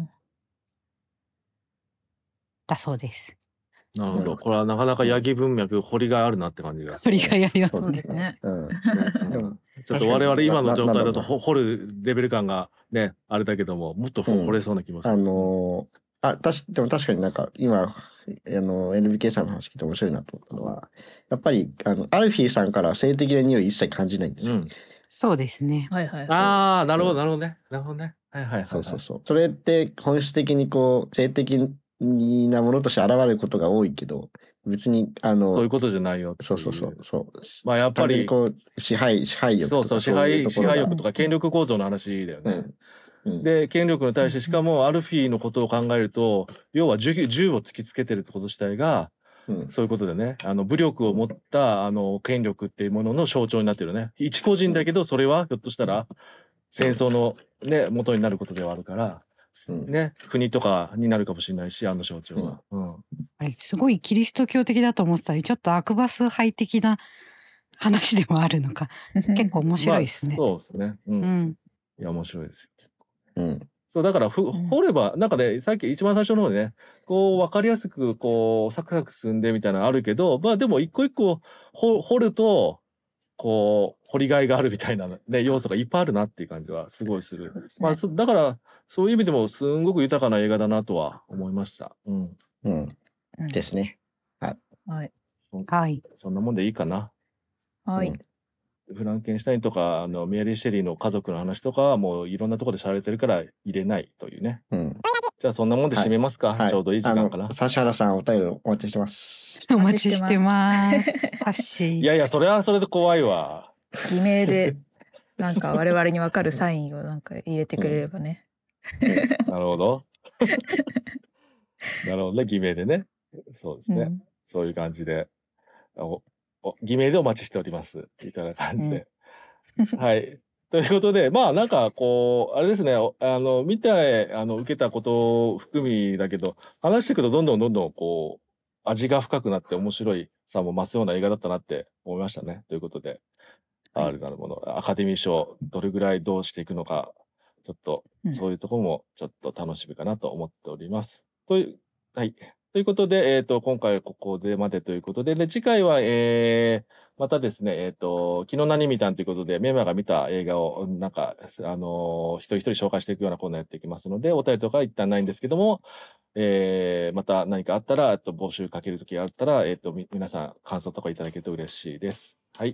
だそうです。 なるほど。これはなかなかヤギ文脈掘りがいあるなって感じが。 振り返りありますそうですね。 うん。でもちょっと我々今の状態だとなななんだろほ掘るレベル感がね、あれだけども、もっとほうん掘れそうな気もする。 あのーあ、たし、でも確かになんか今、あの、エヌビーケー さんの話聞いて面白いなと思ったのは、やっぱり、あの、アルフィーさんから性的な匂い一切感じないんですよ。 うん。 そうですね。 はいはいはい。 ああ、なるほど、なるほどね。なるほどね。はいはいはいはい。 そうそうそう。それって本質的にこう、性的なものとして現れることが多いけど、別に、あの、 そういうことじゃないよっていそうそうそう。そうまあやっぱり単純にこう、支配、支配欲とかそうそう、支いう配、支ところが配欲とか権力構造の話だよね。 うんうんで、権力に対して、しかもアルフィーのことを考えると、要は銃銃を突きつけてるってこと自体が、 うんそういうことでね、あの、武力を持った、あの、権力っていうものの象徴になってるよね。一個人だけど、それは、ひょっとしたら、戦争のね、元になることではあるから、 うんね、国とかになるかもしれないし、あの象徴は。うん。 あれ、すごいキリスト教的だと思ってたり、ちょっとアクバス派的な話でもあるのか。結構面白いですね。 まあ、そうですね。う。 うんん。 いや、面白いですよ。 うんそう、だからふ、 ん掘れば、なんかね、さっき一番最初の方でね、こう、わかりやすく、こう、サクサク進んでみたいなのあるけど、まあでも一個一個掘掘ると、こう、掘りがいがあるみたいなね、要素がいっぱいあるなっていう感じはすごいする。 そうですねまあ、そだから、そういう意味でもすんごく豊かな映画だなとは思いました。うん。 うんうんですね。 はい。 そはい。 そんなもんでいいかな。 はい。 うんフランケンシュタインとか、あの、メアリー・シェリーの家族の話とかはもういろんなところでされてるから入れないというね。 うんじゃあそんなもんで締めますか。 はいちょうどいい時間かな。 あの指原さんお便りお待ちしてます。 お待ちしてます。ハッシー。 いやいや、それはそれで怖いわ。 偽名で、なんか我々にわかるサインをなんか入れてくれればね。 なるほど。なるほどね、偽名でね。そうですね。 うんそういう感じで。おお偽名でお待ちしております。みたいな感じで。はい。ということで、まあなんかこう、あれですね、おあの、見て、あの、受けたことを含みだけど、話していくとどんどんどんどんこう、味が深くなって面白いさも増すような映画だったなって思いましたね。ということで、 はい R なるもの、アカデミー賞、どれぐらいどうしていくのか、ちょっと、 うんそういうところもちょっと楽しみかなと思っております。という、はい。ということで、えっ、と、今回はここでまでということで、で、次回は、えー、またですね、えっ、と、昨日何見たんということで、メンバーが見た映画を、なんか、あのー一人一人紹介していくようなコーナーやっていきますので、お便りとかは一旦ないんですけども、えー、また何かあったら、えっと、募集かけるときがあったら、えっと、み皆さん感想とかいただけると嬉しいです。はい。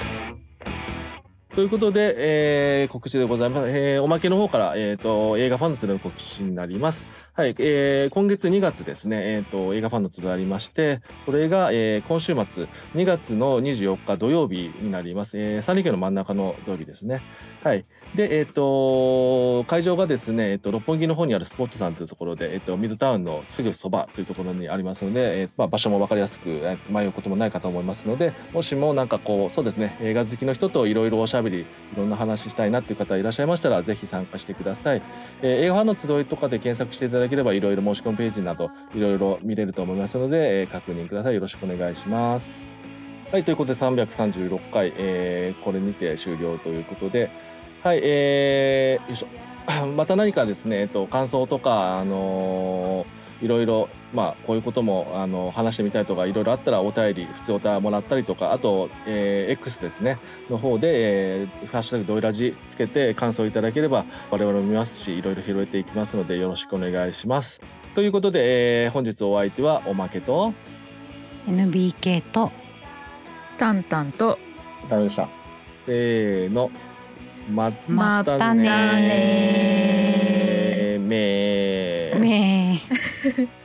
ということで、えー告知でございます。えーおまけの方から、えっ、と、映画ファンの集いの告知になります。はい。えー今月にがつですね、えっ、と、映画ファンの集いありまして、それが、えー今週末、にがつのにじゅうよっか土曜日になります。えー、三陸の真ん中の土曜日ですね。はい。で、えっ、と、会場がですね、えっ、と、六本木の方にあるスポットさんというところで、えっ、と、ミッドタウンのすぐそばというところにありますので、えーまあ、場所もわかりやすく、えー迷うこともないかと思いますので、もしもなんかこう、そうですね、映画好きの人といろいろおしゃべり、いろんな話したいなっていう方いらっしゃいましたら、ぜひ参加してください。えー映画ファンの集いとかで検索していただければ、いろいろ申し込みページなど、いろいろ見れると思いますので、えー確認ください。よろしくお願いします。はい、ということでさんびゃくさんじゅうろっかい、えーこれにて終了ということで、はい、えーよいしょ。また何かですね、えっと、感想とか、あのーいろいろ、まあ、こういうことも、あの、話してみたいとか、いろいろあったらお便り、普通お便りもらったりとか、あと、えー X ですね、の方で、えーハッシュタグドイラジつけて感想いただければ、我々も見ますし、いろいろ拾えていきますので、よろしくお願いします。ということで、えー本日お相手はおまけと、 エヌビーケー とタンタンとダメでした。 せーの、ままたたねねーめー。 めー